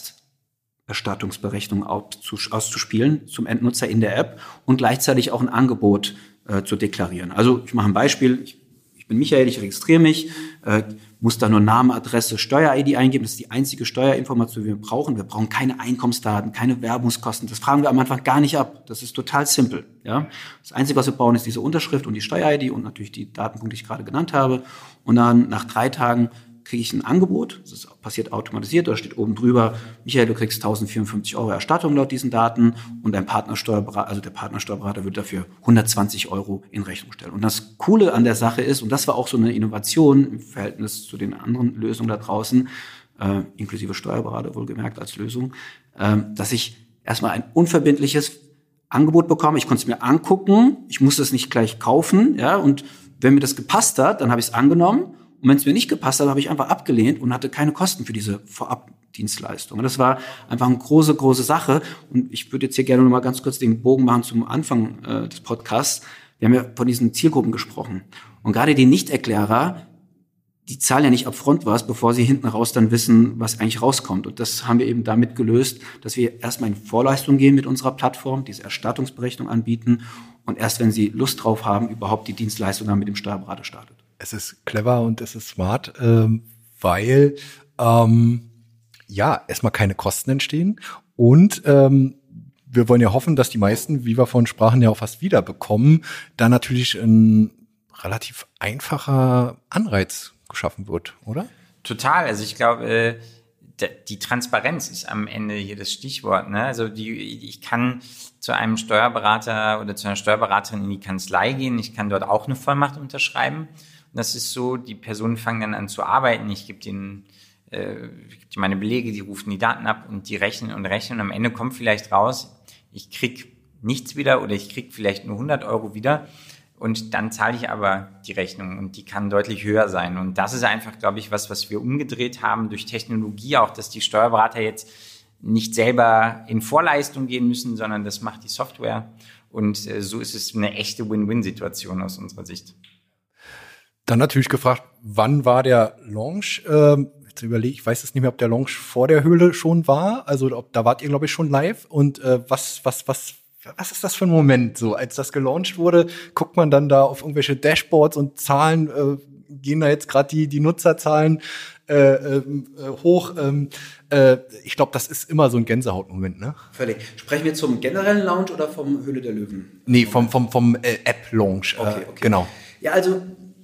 Ersterstattungsberechnung auszuspielen zum Endnutzer in der App und gleichzeitig auch ein Angebot äh, zu deklarieren. Also ich mache ein Beispiel. Ich, ich bin Michael, ich registriere mich, äh, muss da nur Name, Adresse, Steuer-I D eingeben. Das ist die einzige Steuerinformation, die wir brauchen. Wir brauchen keine Einkommensdaten, keine Werbungskosten. Das fragen wir am Anfang gar nicht ab. Das ist total simpel. Ja? Das Einzige, was wir brauchen, ist diese Unterschrift und die Steuer-I D und natürlich die Datenpunkte, die ich gerade genannt habe. Und dann nach drei Tagen kriege ich ein Angebot, das ist, passiert automatisiert, da steht oben drüber, Michael, du kriegst tausendvierundfünfzig Euro Erstattung laut diesen Daten und dein Partnersteuerberater, also der Partnersteuerberater wird dafür hundertzwanzig Euro in Rechnung stellen. Und das Coole an der Sache ist, und das war auch so eine Innovation im Verhältnis zu den anderen Lösungen da draußen, äh, inklusive Steuerberater wohlgemerkt als Lösung, äh, dass ich erstmal ein unverbindliches Angebot bekomme, ich konnte es mir angucken, ich musste es nicht gleich kaufen, ja, und wenn mir das gepasst hat, dann habe ich es angenommen. Und wenn es mir nicht gepasst hat, habe ich einfach abgelehnt und hatte keine Kosten für diese Vorabdienstleistung. Und das war einfach eine große, große Sache. Und ich würde jetzt hier gerne noch mal ganz kurz den Bogen machen zum Anfang äh, des Podcasts. Wir haben ja von diesen Zielgruppen gesprochen. Und gerade die Nichterklärer, die zahlen ja nicht upfront was, bevor sie hinten raus dann wissen, was eigentlich rauskommt. Und das haben wir eben damit gelöst, dass wir erstmal in Vorleistung gehen mit unserer Plattform, diese Erstattungsberechnung anbieten und erst, wenn sie Lust drauf haben, überhaupt die Dienstleistung dann mit dem Steuerberater startet. Es ist clever und es ist smart, ähm, weil ähm, ja erstmal keine Kosten entstehen und ähm, wir wollen ja hoffen, dass die meisten, wie wir vorhin sprachen, ja auch was wiederbekommen, da natürlich ein relativ einfacher Anreiz geschaffen wird, oder? Total. Also ich glaube, die Transparenz ist am Ende hier das Stichwort. Ne? Also die, ich kann zu einem Steuerberater oder zu einer Steuerberaterin in die Kanzlei gehen. Ich kann dort auch eine Vollmacht unterschreiben. Und das ist so, die Personen fangen dann an zu arbeiten. Ich gebe denen, äh, ich gebe denen meine Belege, die rufen die Daten ab und die rechnen und rechnen. Und am Ende kommt vielleicht raus, ich krieg nichts wieder oder ich krieg vielleicht nur hundert Euro wieder. Und dann zahle ich aber die Rechnung und die kann deutlich höher sein. Und das ist einfach, glaube ich, was, was wir umgedreht haben durch Technologie, auch dass die Steuerberater jetzt nicht selber in Vorleistung gehen müssen, sondern das macht die Software. Und äh, so ist es eine echte Win-Win-Situation aus unserer Sicht. Dann natürlich gefragt, wann war der Launch? Ähm, jetzt überlege ich, weiß es nicht mehr, ob der Launch vor der Höhle schon war. Also ob, da wart ihr, glaube ich, schon live. Und äh, was, was, was, was ist das für ein Moment? So, als das gelauncht wurde, guckt man dann da auf irgendwelche Dashboards und Zahlen. Äh, gehen da jetzt gerade die, die Nutzerzahlen äh, äh, hoch. Ähm, äh, ich glaube, das ist immer so ein Gänsehautmoment, ne? Völlig. Sprechen wir zum generellen Launch oder vom Höhle der Löwen? Nee, vom, vom, vom äh, App-Launch. Okay, okay. Äh, genau. Ja, also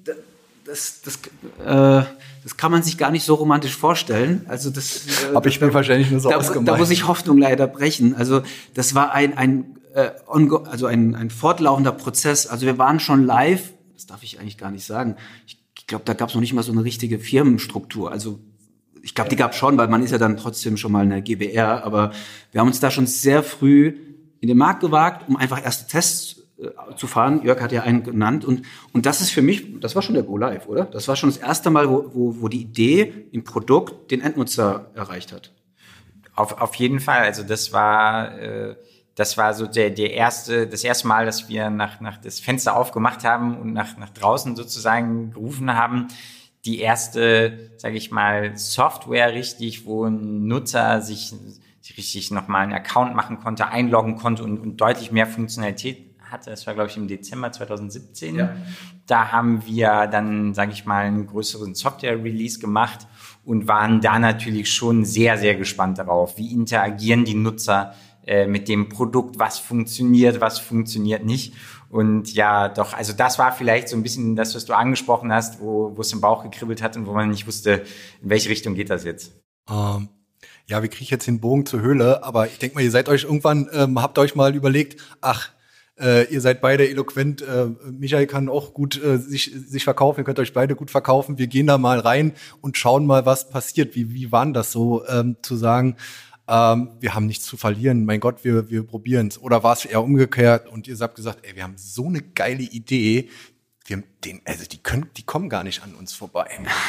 das, das, äh, das kann man sich gar nicht so romantisch vorstellen. Also das äh, habe ich mir wahrscheinlich nur so da, ausgemalt. Da muss ich Hoffnung leider brechen. Also das war ein ein äh, ongo- also ein, ein fortlaufender Prozess. Also wir waren schon live. Das darf ich eigentlich gar nicht sagen. Ich, ich glaube, da gab es noch nicht mal so eine richtige Firmenstruktur. Also ich glaube, die gab es schon, weil man ist ja dann trotzdem schon mal eine G b R. Aber wir haben uns da schon sehr früh in den Markt gewagt, um einfach erste Tests zu fahren. Jörg hat ja einen genannt und und das ist für mich, das war schon der Go Live, oder? Das war schon das erste Mal, wo wo, wo die Idee im Produkt den Endnutzer erreicht hat. Auf auf jeden Fall. Also das war äh, das war so der der erste das erste Mal, dass wir nach nach das Fenster aufgemacht haben und nach nach draußen sozusagen gerufen haben. Die erste, sage ich mal, Software richtig, wo ein Nutzer sich richtig nochmal einen Account machen konnte, einloggen konnte und, und deutlich mehr Funktionalität hatte. Das war, glaube ich, im Dezember zwanzig siebzehn. Ja. Da haben wir dann, sage ich mal, einen größeren Software-Release gemacht und waren da natürlich schon sehr, sehr gespannt darauf, wie interagieren die Nutzer äh, mit dem Produkt, was funktioniert, was funktioniert nicht. Und ja, doch, also das war vielleicht so ein bisschen das, was du angesprochen hast, wo, wo es im Bauch gekribbelt hat und wo man nicht wusste, in welche Richtung geht das jetzt. Um. Ja, wie kriege ich jetzt den Bogen zur Höhle? Aber ich denke mal, ihr seid euch irgendwann, ähm, habt euch mal überlegt, ach, äh, ihr seid beide eloquent, äh, Michael kann auch gut äh, sich sich verkaufen, ihr könnt euch beide gut verkaufen, wir gehen da mal rein und schauen mal, was passiert. Wie wie war denn das so, ähm, zu sagen, ähm, wir haben nichts zu verlieren, mein Gott, wir wir probieren's? Oder war es eher umgekehrt und ihr habt gesagt, ey, wir haben so eine geile Idee, wir, den, also die können, die kommen gar nicht an uns vorbei.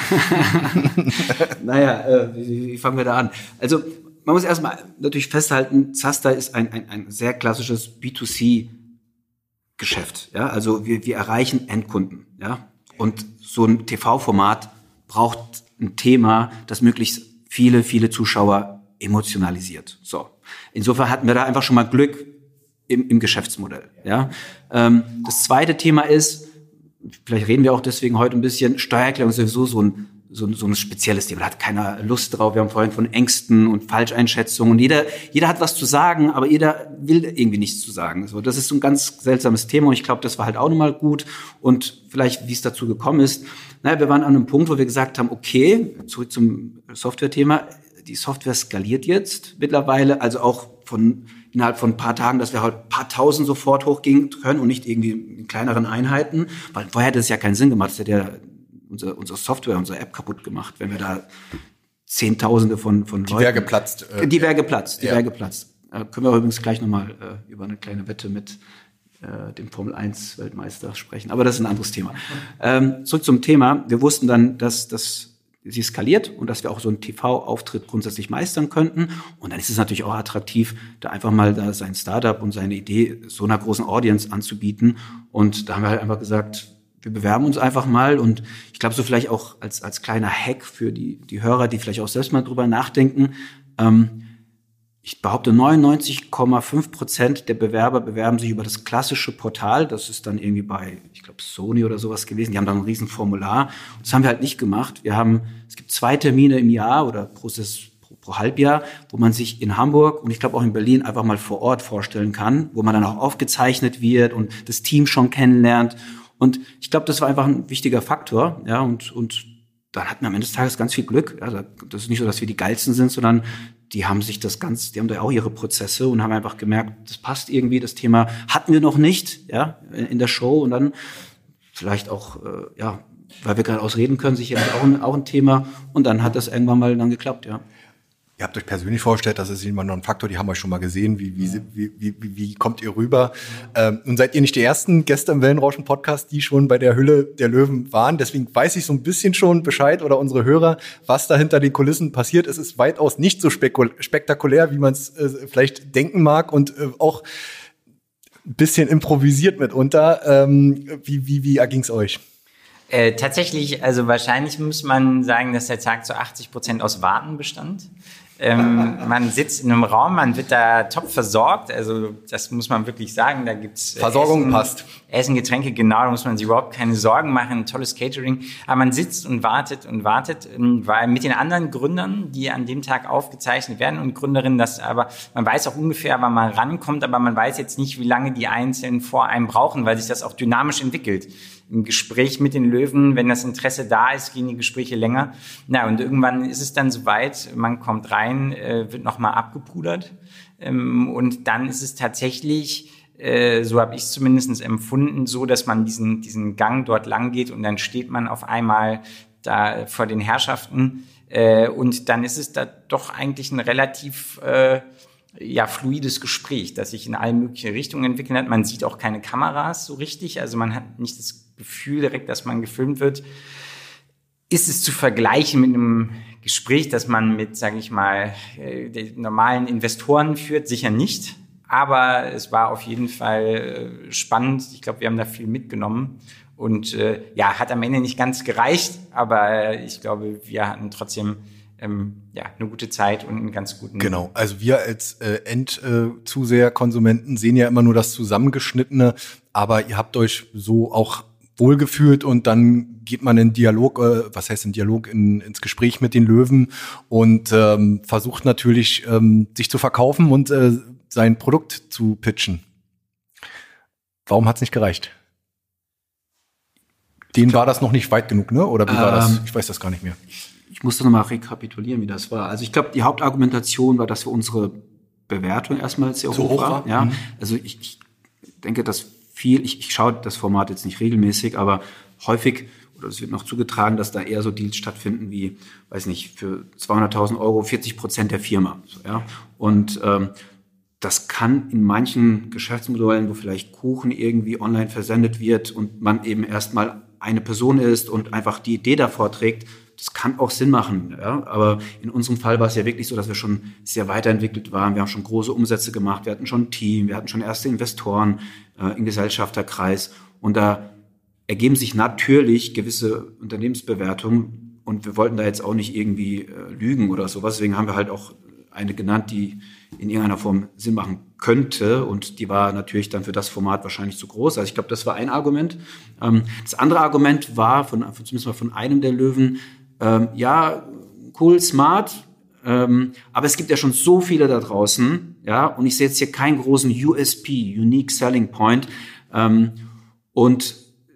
Naja, äh, wie, wie fangen wir da an? Also man muss erstmal natürlich festhalten, Zaster ist ein, ein, ein sehr klassisches B zwei C Geschäft. Ja? Also wir, wir erreichen Endkunden. Ja? Und so ein T V-Format braucht ein Thema, das möglichst viele, viele Zuschauer emotionalisiert. So. Insofern hatten wir da einfach schon mal Glück im, im Geschäftsmodell. Ja? Ähm, das zweite Thema ist, vielleicht reden wir auch deswegen heute ein bisschen, Steuererklärung ist sowieso so ein, so ein, so ein spezielles Thema. Da hat keiner Lust drauf. Wir haben vorhin von Ängsten und Falscheinschätzungen. Und jeder, jeder hat was zu sagen, aber jeder will irgendwie nichts zu sagen. So, das ist so ein ganz seltsames Thema. Und ich glaube, das war halt auch nochmal gut. Und vielleicht, wie es dazu gekommen ist. Naja, wir waren an einem Punkt, wo wir gesagt haben, okay, zurück zum Software-Thema. Die Software skaliert jetzt mittlerweile, also auch von innerhalb von ein paar Tagen, dass wir halt ein paar Tausend sofort hochgehen können und nicht irgendwie in kleineren Einheiten. Weil vorher hätte es ja keinen Sinn gemacht. Das hätte ja unsere, unsere Software, unsere App kaputt gemacht, wenn wir da Zehntausende von, von die Leuten... wäre geplatzt. Äh, die wäre geplatzt, die ja. wäre geplatzt. Äh, können wir übrigens gleich nochmal äh, über eine kleine Wette mit äh, dem Formel eins Weltmeister sprechen. Aber das ist ein anderes Thema. Ähm, zurück zum Thema. Wir wussten dann, dass das sie skaliert und dass wir auch so einen T V-Auftritt grundsätzlich meistern könnten. Und dann ist es natürlich auch attraktiv, da einfach mal da sein Startup und seine Idee so einer großen Audience anzubieten. Und da haben wir halt einfach gesagt, wir bewerben uns einfach mal. Und ich glaube, so vielleicht auch als als kleiner Hack für die die Hörer, die vielleicht auch selbst mal drüber nachdenken. Ähm, ich behaupte, neunundneunzig Komma fünf Prozent der Bewerber bewerben sich über das klassische Portal. Das ist dann irgendwie bei, ich glaube, Sony oder sowas gewesen. Die haben da ein riesen Formular. Das haben wir halt nicht gemacht. Wir haben, es gibt zwei Termine im Jahr oder pro, pro, pro Halbjahr, wo man sich in Hamburg und ich glaube auch in Berlin einfach mal vor Ort vorstellen kann, wo man dann auch aufgezeichnet wird und das Team schon kennenlernt. Und ich glaube, das war einfach ein wichtiger Faktor. Ja, und, und dann hatten wir am Ende des Tages ganz viel Glück. Ja, das ist nicht so, dass wir die Geilsten sind, sondern die haben sich das ganz, die haben da auch ihre Prozesse und haben einfach gemerkt, das passt irgendwie, das Thema hatten wir noch nicht, ja, in der Show und dann vielleicht auch, äh, ja, weil wir gerade ausreden können, sicherlich auch ein, auch ein Thema und dann hat das irgendwann mal dann geklappt, ja. Ihr habt euch persönlich vorgestellt, das ist immer noch ein Faktor, die haben euch schon mal gesehen, wie, wie, wie, wie, wie kommt ihr rüber? Ähm, nun seid ihr nicht die ersten Gäste im Wellenrauschen-Podcast, die schon bei der Hülle der Löwen waren, deswegen weiß ich so ein bisschen schon Bescheid oder unsere Hörer, was da hinter den Kulissen passiert. Es ist weitaus nicht so spekul- spektakulär, wie man es äh, vielleicht denken mag und äh, auch ein bisschen improvisiert mitunter. Ähm, wie wie, wie erging es euch? Äh, tatsächlich, also wahrscheinlich muss man sagen, dass der Tag zu achtzig Prozent aus Warten bestand. Ähm, man sitzt in einem Raum, man wird da top versorgt, also das muss man wirklich sagen, da gibt's äh, Versorgung Essen, passt. Essen, Getränke, genau, da muss man sich überhaupt keine Sorgen machen, ein tolles Catering, aber man sitzt und wartet und wartet, weil mit den anderen Gründern, die an dem Tag aufgezeichnet werden und Gründerinnen, das aber, man weiß auch ungefähr, wann man rankommt, aber man weiß jetzt nicht, wie lange die Einzelnen vor einem brauchen, weil sich das auch dynamisch entwickelt. Im Gespräch mit den Löwen, wenn das Interesse da ist, gehen die Gespräche länger. Na, und irgendwann ist es dann soweit, man kommt rein, äh, wird nochmal abgepudert. Ähm, und dann ist es tatsächlich, äh, so habe ich es zumindest empfunden, so, dass man diesen, diesen Gang dort lang geht und dann steht man auf einmal da vor den Herrschaften. Äh, und dann ist es da doch eigentlich ein relativ äh, ja, fluides Gespräch, das sich in alle möglichen Richtungen entwickelt hat. Man sieht auch keine Kameras so richtig, also man hat nicht das Gefühl direkt, dass man gefilmt wird. Ist es zu vergleichen mit einem Gespräch, das man mit, sage ich mal, den normalen Investoren führt? Sicher nicht, aber es war auf jeden Fall spannend. Ich glaube, wir haben da viel mitgenommen und äh, ja, hat am Ende nicht ganz gereicht, aber ich glaube, wir hatten trotzdem Ähm, ja, eine gute Zeit und einen ganz guten... Genau, also wir als äh, Endzuseher, Konsumenten sehen ja immer nur das Zusammengeschnittene, aber ihr habt euch so auch wohlgefühlt und dann geht man in Dialog, äh, was heißt in Dialog, in, ins Gespräch mit den Löwen und ähm, versucht natürlich, ähm, sich zu verkaufen und äh, sein Produkt zu pitchen. Warum hat's nicht gereicht? Denen war das noch nicht weit genug, ne? Oder wie war das? Ähm, Ich weiß das gar nicht mehr. Ich musste nochmal rekapitulieren, wie das war. Also ich glaube, die Hauptargumentation war, dass wir unsere Bewertung erstmal sehr So hoch hoch war. war? Ja, Mhm. also ich, ich denke, dass viel, ich, ich schaue das Format jetzt nicht regelmäßig, aber häufig, oder es wird noch zugetragen, dass da eher so Deals stattfinden wie, weiß nicht, für zweihunderttausend Euro vierzig Prozent der Firma. So, ja? Und ähm, das kann in manchen Geschäftsmodellen, wo vielleicht Kuchen irgendwie online versendet wird und man eben erstmal eine Person ist und einfach die Idee davor trägt, das kann auch Sinn machen, ja. Aber in unserem Fall war es ja wirklich so, dass wir schon sehr weiterentwickelt waren. Wir haben schon große Umsätze gemacht. Wir hatten schon ein Team. Wir hatten schon erste Investoren äh, im Gesellschafterkreis. Und da ergeben sich natürlich gewisse Unternehmensbewertungen. Und wir wollten da jetzt auch nicht irgendwie äh, lügen oder sowas. Deswegen haben wir halt auch eine genannt, die in irgendeiner Form Sinn machen könnte. Und die war natürlich dann für das Format wahrscheinlich zu groß. Also ich glaube, das war ein Argument. Ähm, das andere Argument war, von, zumindest mal von einem der Löwen, Ähm, ja, cool, smart, ähm, aber es gibt ja schon so viele da draußen, ja, und ich sehe jetzt hier keinen großen U S P, Unique Selling Point, ähm, und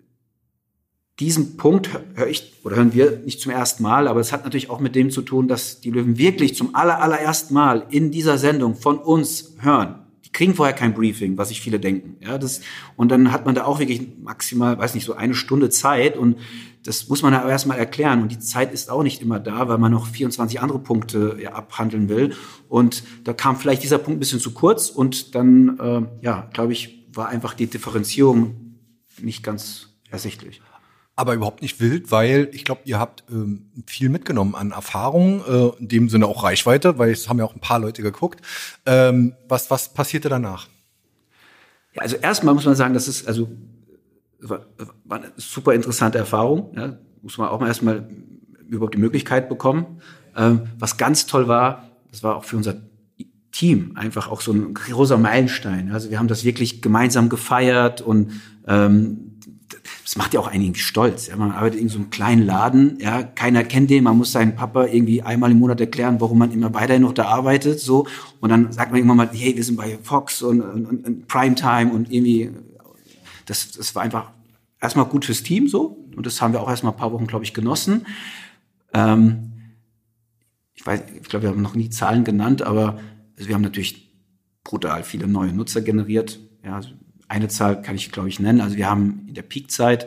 diesen Punkt höre ich, oder hören wir nicht zum ersten Mal, aber es hat natürlich auch mit dem zu tun, dass die Löwen wirklich zum aller, allerersten Mal in dieser Sendung von uns hören. Die kriegen vorher kein Briefing, was sich viele denken, ja, das, und dann hat man da auch wirklich maximal, weiß nicht, so eine Stunde Zeit und das muss man ja erstmal erklären. Und die Zeit ist auch nicht immer da, weil man noch vierundzwanzig andere Punkte ja, abhandeln will. Und da kam vielleicht dieser Punkt ein bisschen zu kurz. Und dann, äh, ja, glaube ich, war einfach die Differenzierung nicht ganz ersichtlich. Aber überhaupt nicht wild, weil ich glaube, ihr habt ähm, viel mitgenommen an Erfahrung, äh, in dem Sinne auch Reichweite, weil es haben ja auch ein paar Leute geguckt. Ähm, was, was passierte danach? Ja, also erstmal muss man sagen, das ist also war, war eine super interessante Erfahrung. Ja, muss man auch mal erstmal überhaupt die Möglichkeit bekommen. Ähm, was ganz toll war, das war auch für unser Team einfach auch so ein großer Meilenstein. Also wir haben das wirklich gemeinsam gefeiert und ähm, das macht ja auch einen irgendwie stolz. Ja, man arbeitet in so einem kleinen Laden, ja, keiner kennt den, man muss seinen Papa irgendwie einmal im Monat erklären, warum man immer weiterhin noch da arbeitet, so. Und dann sagt man irgendwann mal, hey, wir sind bei Fox und, und, und Primetime und irgendwie, das, das war einfach erstmal gut fürs Team, so. Und das haben wir auch erstmal ein paar Wochen, glaube ich, genossen. Ähm, ich weiß, ich glaube, wir haben noch nie Zahlen genannt, aber also wir haben natürlich brutal viele neue Nutzer generiert, ja, also eine Zahl kann ich, glaube ich, nennen. Also wir haben in der Peakzeit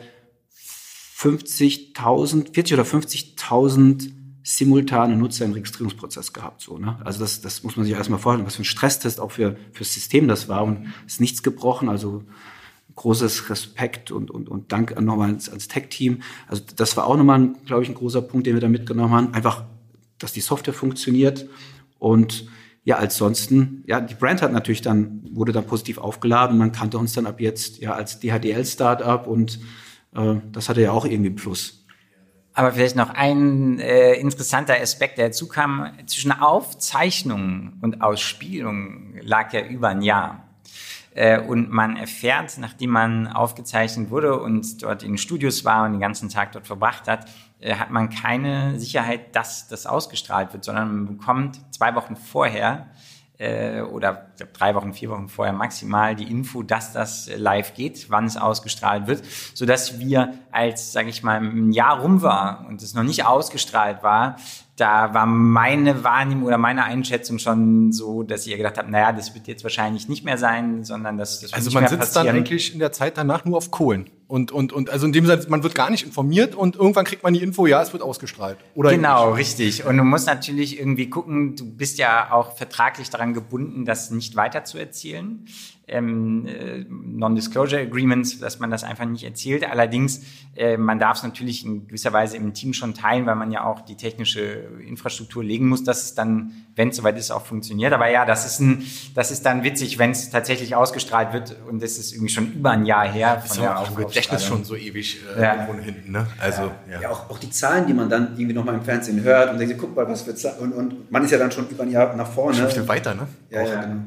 fünfzigtausend, vierzig oder fünfzigtausend simultane Nutzer im Registrierungsprozess gehabt. So, ne? Also das, das muss man sich erstmal vorstellen, was für ein Stresstest auch für fürs System das war. Und es ist nichts gebrochen. Also großes Respekt und, und, und Dank nochmal ans, ans Tech-Team. Also das war auch nochmal, glaube ich, ein großer Punkt, den wir da mitgenommen haben. Einfach, dass die Software funktioniert. Und ja, ansonsten, ja, die Brand hat natürlich dann, wurde dann positiv aufgeladen. Man kannte uns dann ab jetzt ja als D H D L-Startup und äh, das hatte ja auch irgendwie einen Plus. Aber vielleicht noch ein äh, interessanter Aspekt, der dazu kam. Zwischen Aufzeichnungen und Ausspielung lag ja über ein Jahr. Äh, und man erfährt, nachdem man aufgezeichnet wurde und dort in Studios war und den ganzen Tag dort verbracht hat, äh, hat man keine Sicherheit, dass das ausgestrahlt wird, sondern man bekommt zwei Wochen vorher äh, oder ich glaube, drei Wochen, vier Wochen vorher maximal die Info, dass das live geht, wann es ausgestrahlt wird, sodass wir, als, sage ich mal, ein Jahr rum war und es noch nicht ausgestrahlt war, da war meine Wahrnehmung oder meine Einschätzung schon so, dass ich gedacht habe, naja, das wird jetzt wahrscheinlich nicht mehr sein, sondern das, das wird also nicht man mehr sitzt passieren. dann eigentlich in der Zeit danach nur auf Kohlen. Und, und, und also in dem Sinne, man wird gar nicht informiert und irgendwann kriegt man die Info, ja, es wird ausgestrahlt. Oder genau, richtig. Und du musst natürlich irgendwie gucken, du bist ja auch vertraglich daran gebunden, das nicht weiter zu erzählen. Ähm, äh, Non-Disclosure Agreements, dass man das einfach nicht erzählt. Allerdings, äh, man darf es natürlich in gewisser Weise im Team schon teilen, weil man ja auch die technische Infrastruktur legen muss, dass es dann, wenn es soweit ist, auch funktioniert. Aber ja, das ist ein, das ist dann witzig, wenn es tatsächlich ausgestrahlt wird und das ist irgendwie schon über ein Jahr her. Von der auch Gedächtnis schon so ewig äh, ja. irgendwo hinten, ne? Also, ja. Ja. Ja, auch, auch die Zahlen, die man dann irgendwie nochmal im Fernsehen hört und denkt, guck mal, was für Zahlen. Und, und man ist ja dann schon über ein Jahr nach vorne. Schon viel weiter, ne? Ja, auch, ja, genau.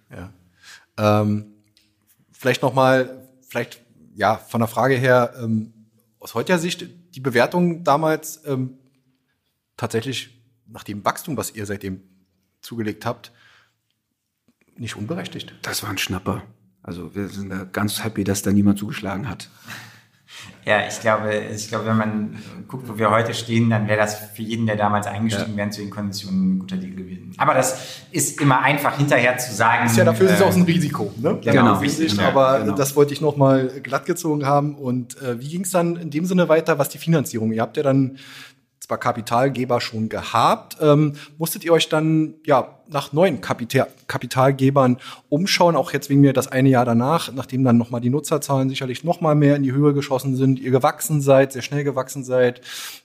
Ja. Ähm, vielleicht nochmal, vielleicht, ja, von der Frage her, ähm, aus heutiger Sicht, die Bewertung damals ähm, tatsächlich nach dem Wachstum, was ihr seitdem zugelegt habt, nicht unberechtigt. Das war ein Schnapper. Also wir sind da ganz happy, dass da niemand zugeschlagen hat. Ja, ich glaube, ich glaube, wenn man guckt, wo wir heute stehen, dann wäre das für jeden, der damals eingestiegen wäre, zu den Konditionen ein guter Deal gewesen. Aber das ist immer einfach hinterher zu sagen. Ist ja dafür äh, ist es auch ein Risiko, ne? Genau, richtig. Ja, aber genau. Das wollte ich noch mal glatt gezogen haben. Und äh, wie ging es dann in dem Sinne weiter, was die Finanzierung? Ihr habt ja dann zwar Kapitalgeber schon gehabt, ähm, musstet ihr euch dann ja nach neuen Kapital- Kapitalgebern umschauen, auch jetzt wegen mir das eine Jahr danach, nachdem dann nochmal die Nutzerzahlen sicherlich nochmal mehr in die Höhe geschossen sind, ihr gewachsen seid, sehr schnell gewachsen seid.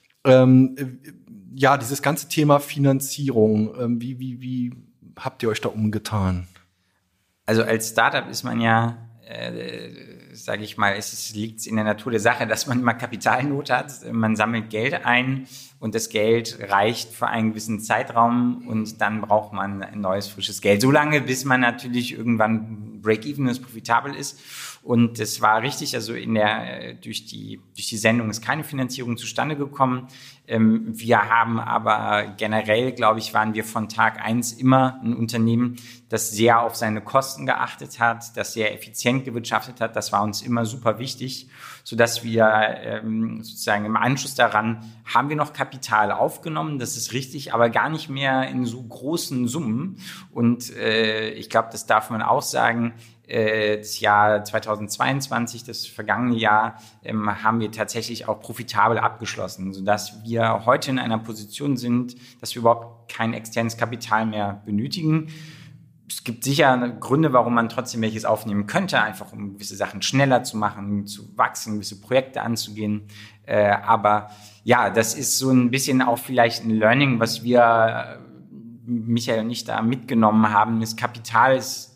Ähm, ja, dieses ganze Thema Finanzierung, ähm, wie, wie, wie habt ihr euch da umgetan? Also als Startup ist man ja, äh, sage ich mal, es liegt in der Natur der Sache, dass man immer Kapitalnot hat. Man sammelt Geld ein und das Geld reicht für einen gewissen Zeitraum und dann braucht man ein neues, frisches Geld. So lange, bis man natürlich irgendwann break-even ist, profitabel ist. Und es war richtig, also in der, durch die, durch die Sendung ist keine Finanzierung zustande gekommen. Ähm, wir haben aber generell, glaube ich, waren wir von Tag eins immer ein Unternehmen, das sehr auf seine Kosten geachtet hat, das sehr effizient gewirtschaftet hat. Das war uns immer super wichtig, sodass wir ähm, sozusagen im Anschluss daran haben wir noch Kapital aufgenommen. Das ist richtig, aber gar nicht mehr in so großen Summen. Und äh, ich glaube, das darf man auch sagen, das Jahr zweitausendzweiundzwanzig, das vergangene Jahr, ähm, haben wir tatsächlich auch profitabel abgeschlossen, sodass wir heute in einer Position sind, dass wir überhaupt kein externes Kapital mehr benötigen. Es gibt sicher Gründe, warum man trotzdem welches aufnehmen könnte, einfach um gewisse Sachen schneller zu machen, zu wachsen, gewisse Projekte anzugehen. Äh, aber ja, das ist so ein bisschen auch vielleicht ein Learning, was wir, Michael und ich, da mitgenommen haben. Das Kapital ist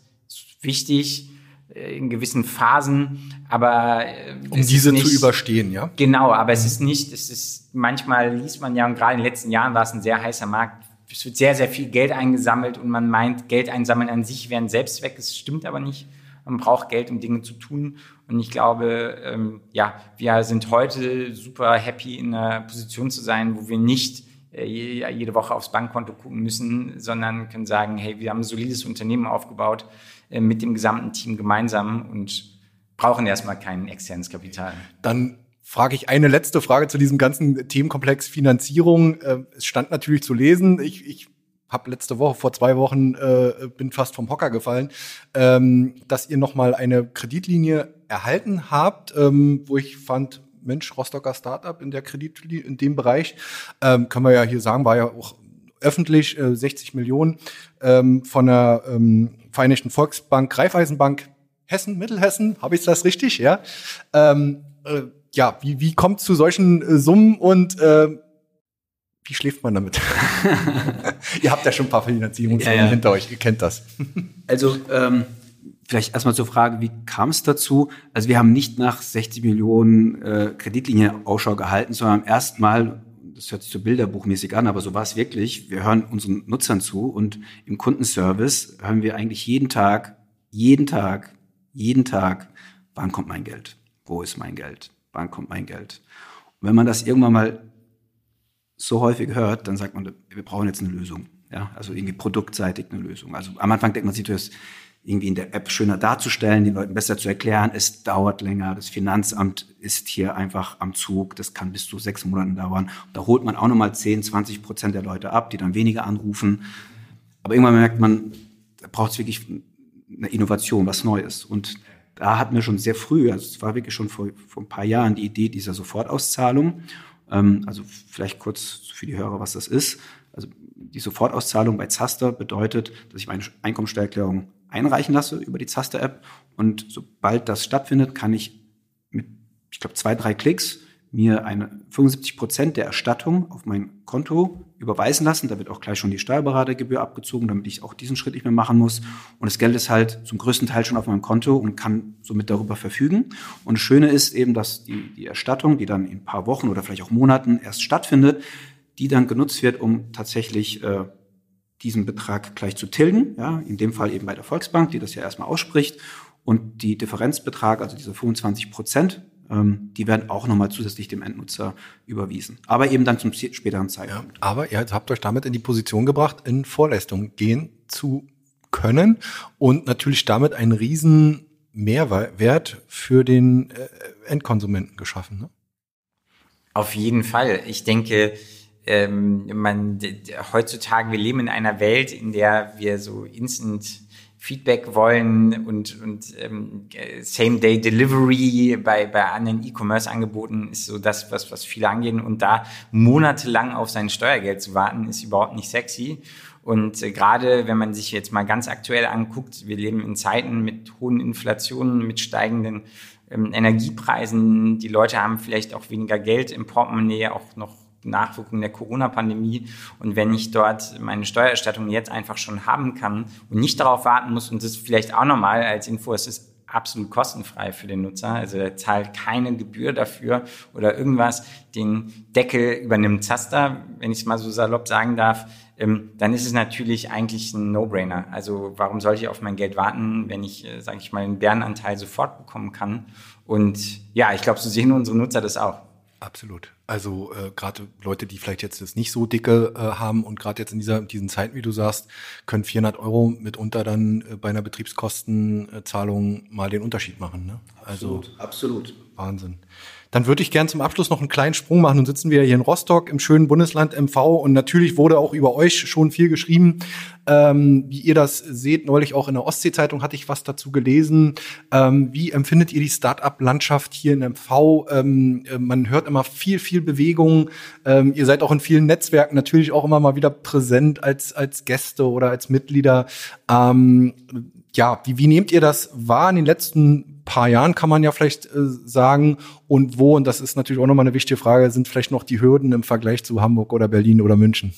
wichtig in gewissen Phasen, aber um diese nicht, zu überstehen, ja? Genau, aber es ist nicht, es ist, manchmal liest man ja, und gerade in den letzten Jahren war es ein sehr heißer Markt, es wird sehr, sehr viel Geld eingesammelt und man meint, Geld einsammeln an sich wäre ein Selbstzweck, das stimmt aber nicht. Man braucht Geld, um Dinge zu tun. Und ich glaube, ähm, ja, wir sind heute super happy, in einer Position zu sein, wo wir nicht jede Woche aufs Bankkonto gucken müssen, sondern können sagen, hey, wir haben ein solides Unternehmen aufgebaut äh, mit dem gesamten Team gemeinsam und brauchen erstmal kein externes Kapital. Dann frage ich eine letzte Frage zu diesem ganzen Themenkomplex Finanzierung. Äh, es stand natürlich zu lesen, ich, ich habe letzte Woche, vor zwei Wochen, äh, bin fast vom Hocker gefallen, ähm, dass ihr nochmal eine Kreditlinie erhalten habt, ähm, wo ich fand, Mensch, Rostocker Startup in der Kredit, in dem Bereich, ähm, können wir ja hier sagen, war ja auch öffentlich, äh, sechzig Millionen ähm, von der ähm, Vereinigten Volksbank, Raiffeisenbank Hessen, Mittelhessen, habe ich das richtig? Ja. Ähm, äh, ja, wie, wie kommt es zu solchen äh, Summen und äh, wie schläft man damit? Ihr habt ja schon ein paar Finanzierungen ja, ja. hinter euch, ihr kennt das. Also, ähm, vielleicht erstmal zur Frage, wie kam es dazu? Also wir haben nicht nach sechzig Millionen äh, Kreditlinie Ausschau gehalten, sondern erstmal, das hört sich so bilderbuchmäßig an, aber so war es wirklich. Wir hören unseren Nutzern zu und im Kundenservice hören wir eigentlich jeden Tag, jeden Tag, jeden Tag, wann kommt mein Geld? Wo ist mein Geld? Wann kommt mein Geld? Und wenn man das irgendwann mal so häufig hört, dann sagt man, wir brauchen jetzt eine Lösung. Ja, also irgendwie produktseitig eine Lösung. Also am Anfang denkt man sich, das irgendwie in der App schöner darzustellen, den Leuten besser zu erklären. Es dauert länger. Das Finanzamt ist hier einfach am Zug. Das kann bis zu sechs Monaten dauern. Und da holt man auch nochmal zehn, zwanzig Prozent der Leute ab, die dann weniger anrufen. Aber irgendwann merkt man, da braucht es wirklich eine Innovation, was Neues. Und da hatten wir schon sehr früh, also es war wirklich schon vor, vor ein paar Jahren, die Idee dieser Sofortauszahlung. Ähm, also vielleicht kurz für die Hörer, was das ist. Also die Sofortauszahlung bei Zaster bedeutet, dass ich meine Einkommensteuererklärung einreichen lasse über die Zaster-App und sobald das stattfindet, kann ich mit, ich glaube, zwei, drei Klicks mir eine fünfundsiebzig Prozent der Erstattung auf mein Konto überweisen lassen. Da wird auch gleich schon die Steuerberatergebühr abgezogen, damit ich auch diesen Schritt nicht mehr machen muss. Und das Geld ist halt zum größten Teil schon auf meinem Konto und kann somit darüber verfügen. Und das Schöne ist eben, dass die, die Erstattung, die dann in ein paar Wochen oder vielleicht auch Monaten erst stattfindet, die dann genutzt wird, um tatsächlich äh, diesen Betrag gleich zu tilgen. Ja, in dem Fall eben bei der Volksbank, die das ja erstmal ausspricht. Und die Differenzbetrag, also diese fünfundzwanzig Prozent, ähm, die werden auch nochmal zusätzlich dem Endnutzer überwiesen. Aber eben dann zum späteren Zeitpunkt. Ja, aber ihr habt euch damit in die Position gebracht, in Vorleistung gehen zu können und natürlich damit einen riesen Mehrwert für den äh, Endkonsumenten geschaffen. Ne? Auf jeden Fall. Ich denke, ähm, man d- d- heutzutage, wir leben in einer Welt, in der wir so instant Feedback wollen und, und ähm, Same-Day-Delivery bei, bei anderen E-Commerce-Angeboten ist so das, was, was viele angehen. Und da monatelang auf sein Steuergeld zu warten, ist überhaupt nicht sexy. Und äh, gerade wenn man sich jetzt mal ganz aktuell anguckt, wir leben in Zeiten mit hohen Inflationen, mit steigenden ähm, Energiepreisen. Die Leute haben vielleicht auch weniger Geld im Portemonnaie, auch noch Nachwirkungen der Corona-Pandemie. Und wenn ich dort meine Steuererstattung jetzt einfach schon haben kann und nicht darauf warten muss, und das vielleicht auch nochmal als Info, es ist absolut kostenfrei für den Nutzer, also er zahlt keine Gebühr dafür oder irgendwas, den Deckel übernimmt Zaster, wenn ich es mal so salopp sagen darf, ähm, dann ist es natürlich eigentlich ein No-Brainer. Also warum sollte ich auf mein Geld warten, wenn ich, äh, sage ich mal, einen Bärenanteil sofort bekommen kann? Und ja, ich glaube, so sehen unsere Nutzer das auch. Absolut. Also äh, gerade Leute, die vielleicht jetzt das nicht so dicke äh, haben und gerade jetzt in dieser diesen Zeiten, wie du sagst, können vierhundert Euro mitunter dann äh, bei einer Betriebskostenzahlung mal den Unterschied machen. Ne? Also Absolut, absolut. Wahnsinn. Dann würde ich gern zum Abschluss noch einen kleinen Sprung machen. Nun sitzen wir hier in Rostock im schönen Bundesland M V und natürlich wurde auch über euch schon viel geschrieben. Ähm, wie ihr das seht, neulich auch in der Ostsee-Zeitung hatte ich was dazu gelesen. Ähm, wie empfindet ihr die Start-up-Landschaft hier in M V? Ähm, äh, man hört immer viel, viel Bewegung. Ähm, ihr seid auch in vielen Netzwerken natürlich auch immer mal wieder präsent als als Gäste oder als Mitglieder. Ähm, ja, wie, wie nehmt ihr das wahr in den letzten paar Jahren, kann man ja vielleicht äh, sagen, und wo, und das ist natürlich auch nochmal eine wichtige Frage, sind vielleicht noch die Hürden im Vergleich zu Hamburg oder Berlin oder München?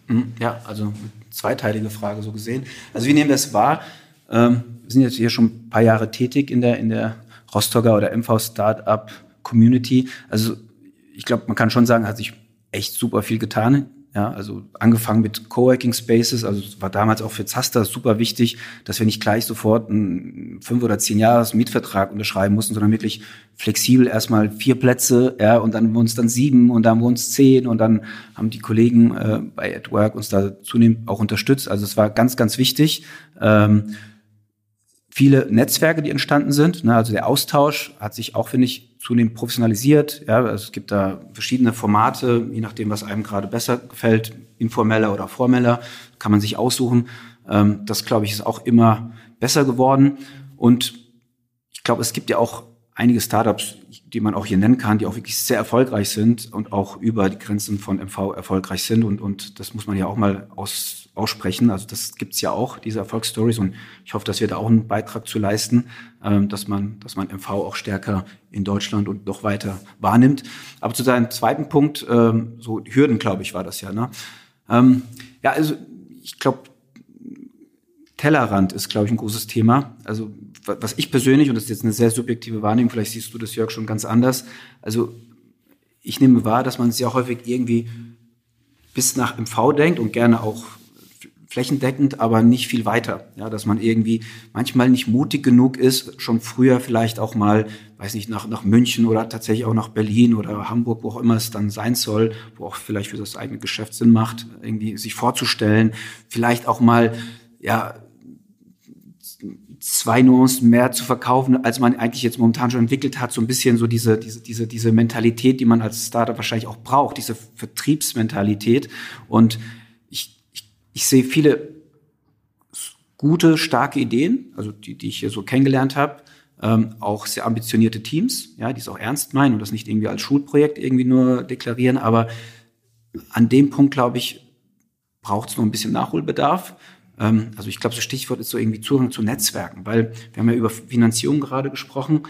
Ja, also zweiteilige Frage so gesehen. Also wie nehmen wir es wahr? Ähm, wir sind jetzt hier schon ein paar Jahre tätig in der, in der Rostocker oder M V Startup Community. Also ich glaube, man kann schon sagen, hat sich echt super viel getan. Ja, also angefangen mit Coworking Spaces, also es war damals auch für Zaster super wichtig, dass wir nicht gleich sofort einen fünf oder zehn Jahres Mietvertrag unterschreiben mussten, sondern wirklich flexibel erstmal vier Plätze, ja, und dann wurden es dann sieben und dann wurden es zehn und dann haben die Kollegen äh, bei At Work uns da zunehmend auch unterstützt. Also es war ganz, ganz wichtig. Ähm, viele Netzwerke, die entstanden sind, ne, also der Austausch hat sich auch, finde ich, zunehmend professionalisiert. Ja, also es gibt da verschiedene Formate, je nachdem, was einem gerade besser gefällt, informeller oder formeller, kann man sich aussuchen. Ähm, das, glaube ich, ist auch immer besser geworden. Und ich glaube, es gibt ja auch einige Startups, die man auch hier nennen kann, die auch wirklich sehr erfolgreich sind und auch über die Grenzen von M V erfolgreich sind. Und, und das muss man ja auch mal aus, aussprechen. Also das gibt's ja auch, diese Erfolgsstories. Und ich hoffe, dass wir da auch einen Beitrag zu leisten, ähm, dass man, dass man M V auch stärker in Deutschland und noch weiter wahrnimmt. Aber zu deinem zweiten Punkt, ähm, so Hürden, glaube ich, war das ja. Ne? Ähm, ja, also ich glaube, Tellerrand ist, glaube ich, ein großes Thema. Also was ich persönlich, und das ist jetzt eine sehr subjektive Wahrnehmung, vielleicht siehst du das, Jörg, schon ganz anders. Also ich nehme wahr, dass man sehr häufig irgendwie bis nach M V denkt und gerne auch flächendeckend, aber nicht viel weiter. Ja, dass man irgendwie manchmal nicht mutig genug ist, schon früher vielleicht auch mal, weiß nicht, nach, nach München oder tatsächlich auch nach Berlin oder Hamburg, wo auch immer es dann sein soll, wo auch vielleicht für das eigene Geschäft Sinn macht, irgendwie sich vorzustellen, vielleicht auch mal, ja, zwei Nuancen mehr zu verkaufen, als man eigentlich jetzt momentan schon entwickelt hat, so ein bisschen so diese, diese, diese, diese Mentalität, die man als Startup wahrscheinlich auch braucht, diese Vertriebsmentalität. Und ich, ich, ich sehe viele gute, starke Ideen, also die, die ich hier so kennengelernt habe, ähm, auch sehr ambitionierte Teams, ja, die es auch ernst meinen und das nicht irgendwie als Schulprojekt irgendwie nur deklarieren, aber an dem Punkt, glaube ich, braucht es noch ein bisschen Nachholbedarf. Also ich glaube, so Stichwort ist so irgendwie Zugang zu Netzwerken, weil wir haben ja über Finanzierung gerade gesprochen.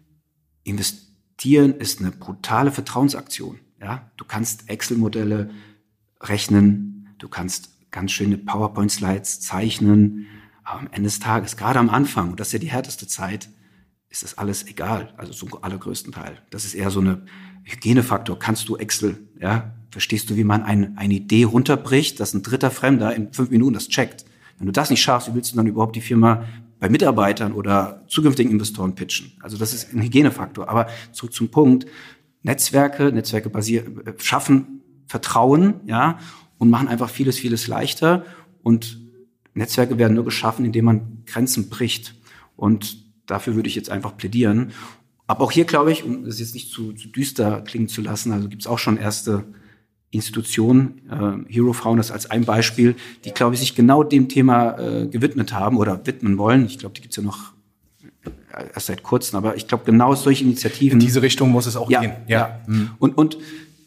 Investieren ist eine brutale Vertrauensaktion. Ja, du kannst Excel-Modelle rechnen, du kannst ganz schöne PowerPoint-Slides zeichnen, aber am Ende des Tages, gerade am Anfang, und das ist ja die härteste Zeit, ist das alles egal, also zum allergrößten Teil. Das ist eher so eine Hygienefaktor. Kannst du Excel, ja, verstehst du, wie man ein, eine Idee runterbricht, dass ein dritter Fremder in fünf Minuten das checkt? Wenn du das nicht schaffst, wie willst du dann überhaupt die Firma bei Mitarbeitern oder zukünftigen Investoren pitchen? Also das ist ein Hygienefaktor. Aber zurück zum Punkt. Netzwerke, Netzwerke basieren, schaffen Vertrauen, ja, und machen einfach vieles, vieles leichter. Und Netzwerke werden nur geschaffen, indem man Grenzen bricht. Und dafür würde ich jetzt einfach plädieren. Aber auch hier glaube ich, um das jetzt nicht zu, zu düster klingen zu lassen, also gibt es auch schon erste Institutionen, äh, Hero Founders als ein Beispiel, die, glaube ich, sich genau dem Thema äh, gewidmet haben oder widmen wollen. Ich glaube, die gibt's ja noch erst seit kurzem, aber ich glaube, genau solche Initiativen. In diese Richtung muss es auch ja, gehen. Ja, ja. Mhm. Und, und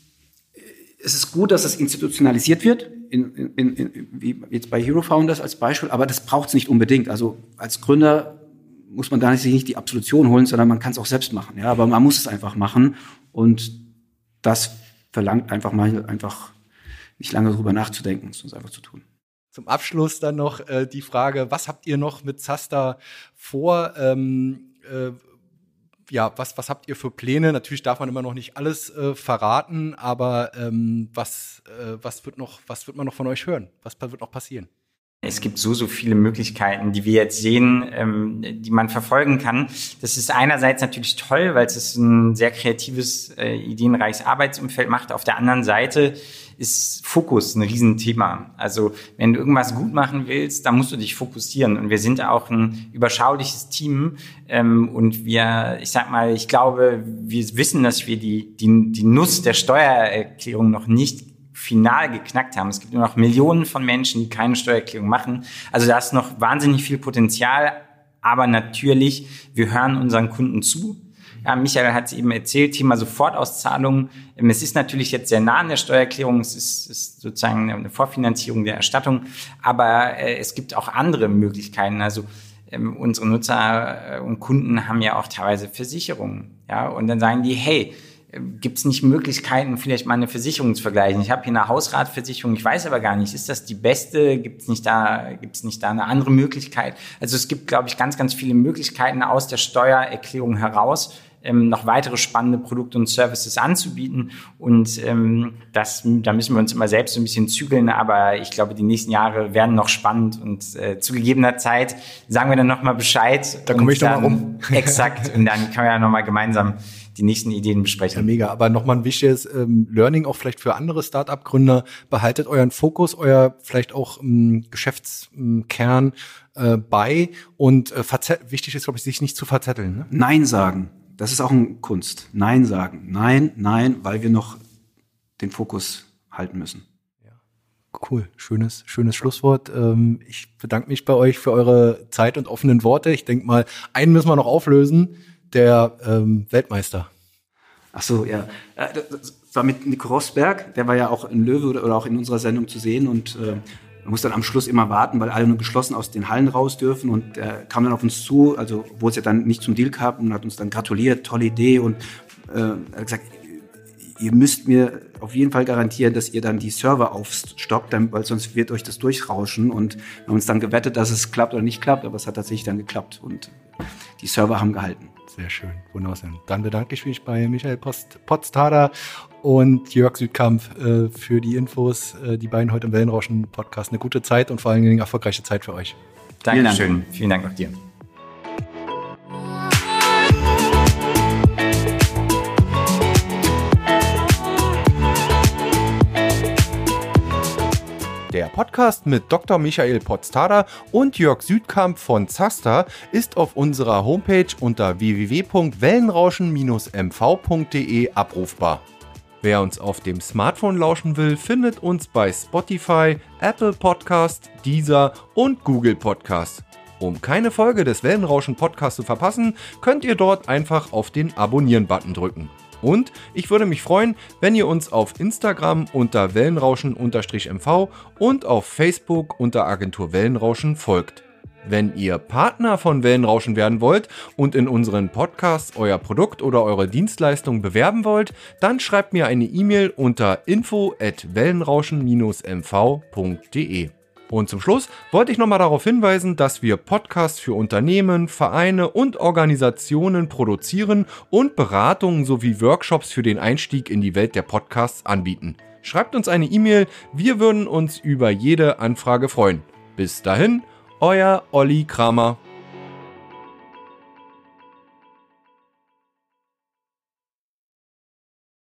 es ist gut, dass es institutionalisiert wird, in, in, in, wie jetzt bei Hero Founders als Beispiel, aber das braucht es nicht unbedingt. Also als Gründer muss man da sich nicht die Absolution holen, sondern man kann es auch selbst machen. Ja, aber man muss es einfach machen und das verlangt einfach mal einfach nicht lange darüber nachzudenken, sondern einfach zu tun. Zum Abschluss dann noch äh, die Frage, was habt ihr noch mit Zasta vor? Ähm, äh, ja, was, was habt ihr für Pläne? Natürlich darf man immer noch nicht alles äh, verraten, aber ähm, was, äh, was wird noch, was wird man noch von euch hören? Was wird noch passieren? Es gibt so, so viele Möglichkeiten, die wir jetzt sehen, ähm, die man verfolgen kann. Das ist einerseits natürlich toll, weil es ein sehr kreatives, äh, ideenreiches Arbeitsumfeld macht. Auf der anderen Seite ist Fokus ein Riesenthema. Also wenn du irgendwas gut machen willst, dann musst du dich fokussieren. Und wir sind auch ein überschauliches Team. Ähm, und wir, ich sag mal, ich glaube, wir wissen, dass wir die, die, die Nuss der Steuererklärung noch nicht final geknackt haben. Es gibt nur noch Millionen von Menschen, die keine Steuererklärung machen. Also da ist noch wahnsinnig viel Potenzial. Aber natürlich, wir hören unseren Kunden zu. Ja, Michael hat es eben erzählt, Thema Sofortauszahlungen. Es ist natürlich jetzt sehr nah an der Steuererklärung. Es ist, ist sozusagen eine Vorfinanzierung der Erstattung. Aber äh, es gibt auch andere Möglichkeiten. Also ähm, unsere Nutzer und Kunden haben ja auch teilweise Versicherungen. Ja, und dann sagen die, hey, gibt es nicht Möglichkeiten, vielleicht mal eine Versicherung zu vergleichen? Ich habe hier eine Hausratversicherung, ich weiß aber gar nicht, ist das die beste? Gibt es nicht da, gibt es nicht da eine andere Möglichkeit? Also es gibt, glaube ich, ganz, ganz viele Möglichkeiten aus der Steuererklärung heraus, ähm, noch weitere spannende Produkte und Services anzubieten. Und ähm, das, da müssen wir uns immer selbst so ein bisschen zügeln. Aber ich glaube, die nächsten Jahre werden noch spannend. Und äh, zu gegebener Zeit sagen wir dann nochmal Bescheid. Da komme ich nochmal rum. Exakt. Und dann können wir ja nochmal gemeinsam die nächsten Ideen besprechen. Ja, mega. Aber nochmal ein wichtiges ähm, Learning auch vielleicht für andere Start-up-Gründer. Behaltet euren Fokus, euer vielleicht auch ähm, Geschäftskern äh, bei. Und äh, wichtig ist, glaube ich, sich nicht zu verzetteln. Ne? Nein sagen. Das ist auch eine Kunst. Nein sagen. Nein, nein, weil wir noch den Fokus halten müssen. Ja. Cool. Schönes, schönes Schlusswort. Ähm, ich bedanke mich bei euch für eure Zeit und offenen Worte. Ich denke mal, einen müssen wir noch auflösen. Der ähm, Weltmeister. Ach so, ja. Das war mit Nico Rosberg, der war ja auch in Löwe oder auch in unserer Sendung zu sehen und äh, man muss dann am Schluss immer warten, weil alle nur geschlossen aus den Hallen raus dürfen und er kam dann auf uns zu, also wo es ja dann nicht zum Deal kam und hat uns dann gratuliert, tolle Idee und äh, er hat gesagt, ihr müsst mir auf jeden Fall garantieren, dass ihr dann die Server aufstockt, dann, weil sonst wird euch das durchrauschen. Und wir haben uns dann gewettet, dass es klappt oder nicht klappt, aber es hat tatsächlich dann geklappt und die Server haben gehalten. Sehr schön, wunderbar. Dann bedanke ich mich bei Michael Potz-Tader und Jörg Südkamp äh, für die Infos. Äh, die beiden heute im Wellenrauschen-Podcast. Eine gute Zeit und vor allen Dingen eine erfolgreiche Zeit für euch. Dankeschön. Vielen Dank auch dir. Der Podcast mit Doktor Michael Potz-Tader und Jörg Südkamp von Zasta ist auf unserer Homepage unter w w w punkt wellenrauschen Bindestrich m v punkt d e abrufbar. Wer uns auf dem Smartphone lauschen will, findet uns bei Spotify, Apple Podcast, Deezer und Google Podcast. Um keine Folge des Wellenrauschen-Podcasts zu verpassen, könnt ihr dort einfach auf den Abonnieren-Button drücken. Und ich würde mich freuen, wenn ihr uns auf Instagram unter Wellenrauschen-M V und auf Facebook unter Agentur Wellenrauschen folgt. Wenn ihr Partner von Wellenrauschen werden wollt und in unseren Podcasts euer Produkt oder eure Dienstleistung bewerben wollt, dann schreibt mir eine E-Mail unter info at wellenrauschen Bindestrich m v punkt d e. Und zum Schluss wollte ich nochmal darauf hinweisen, dass wir Podcasts für Unternehmen, Vereine und Organisationen produzieren und Beratungen sowie Workshops für den Einstieg in die Welt der Podcasts anbieten. Schreibt uns eine E-Mail, wir würden uns über jede Anfrage freuen. Bis dahin, euer Olli Kramer.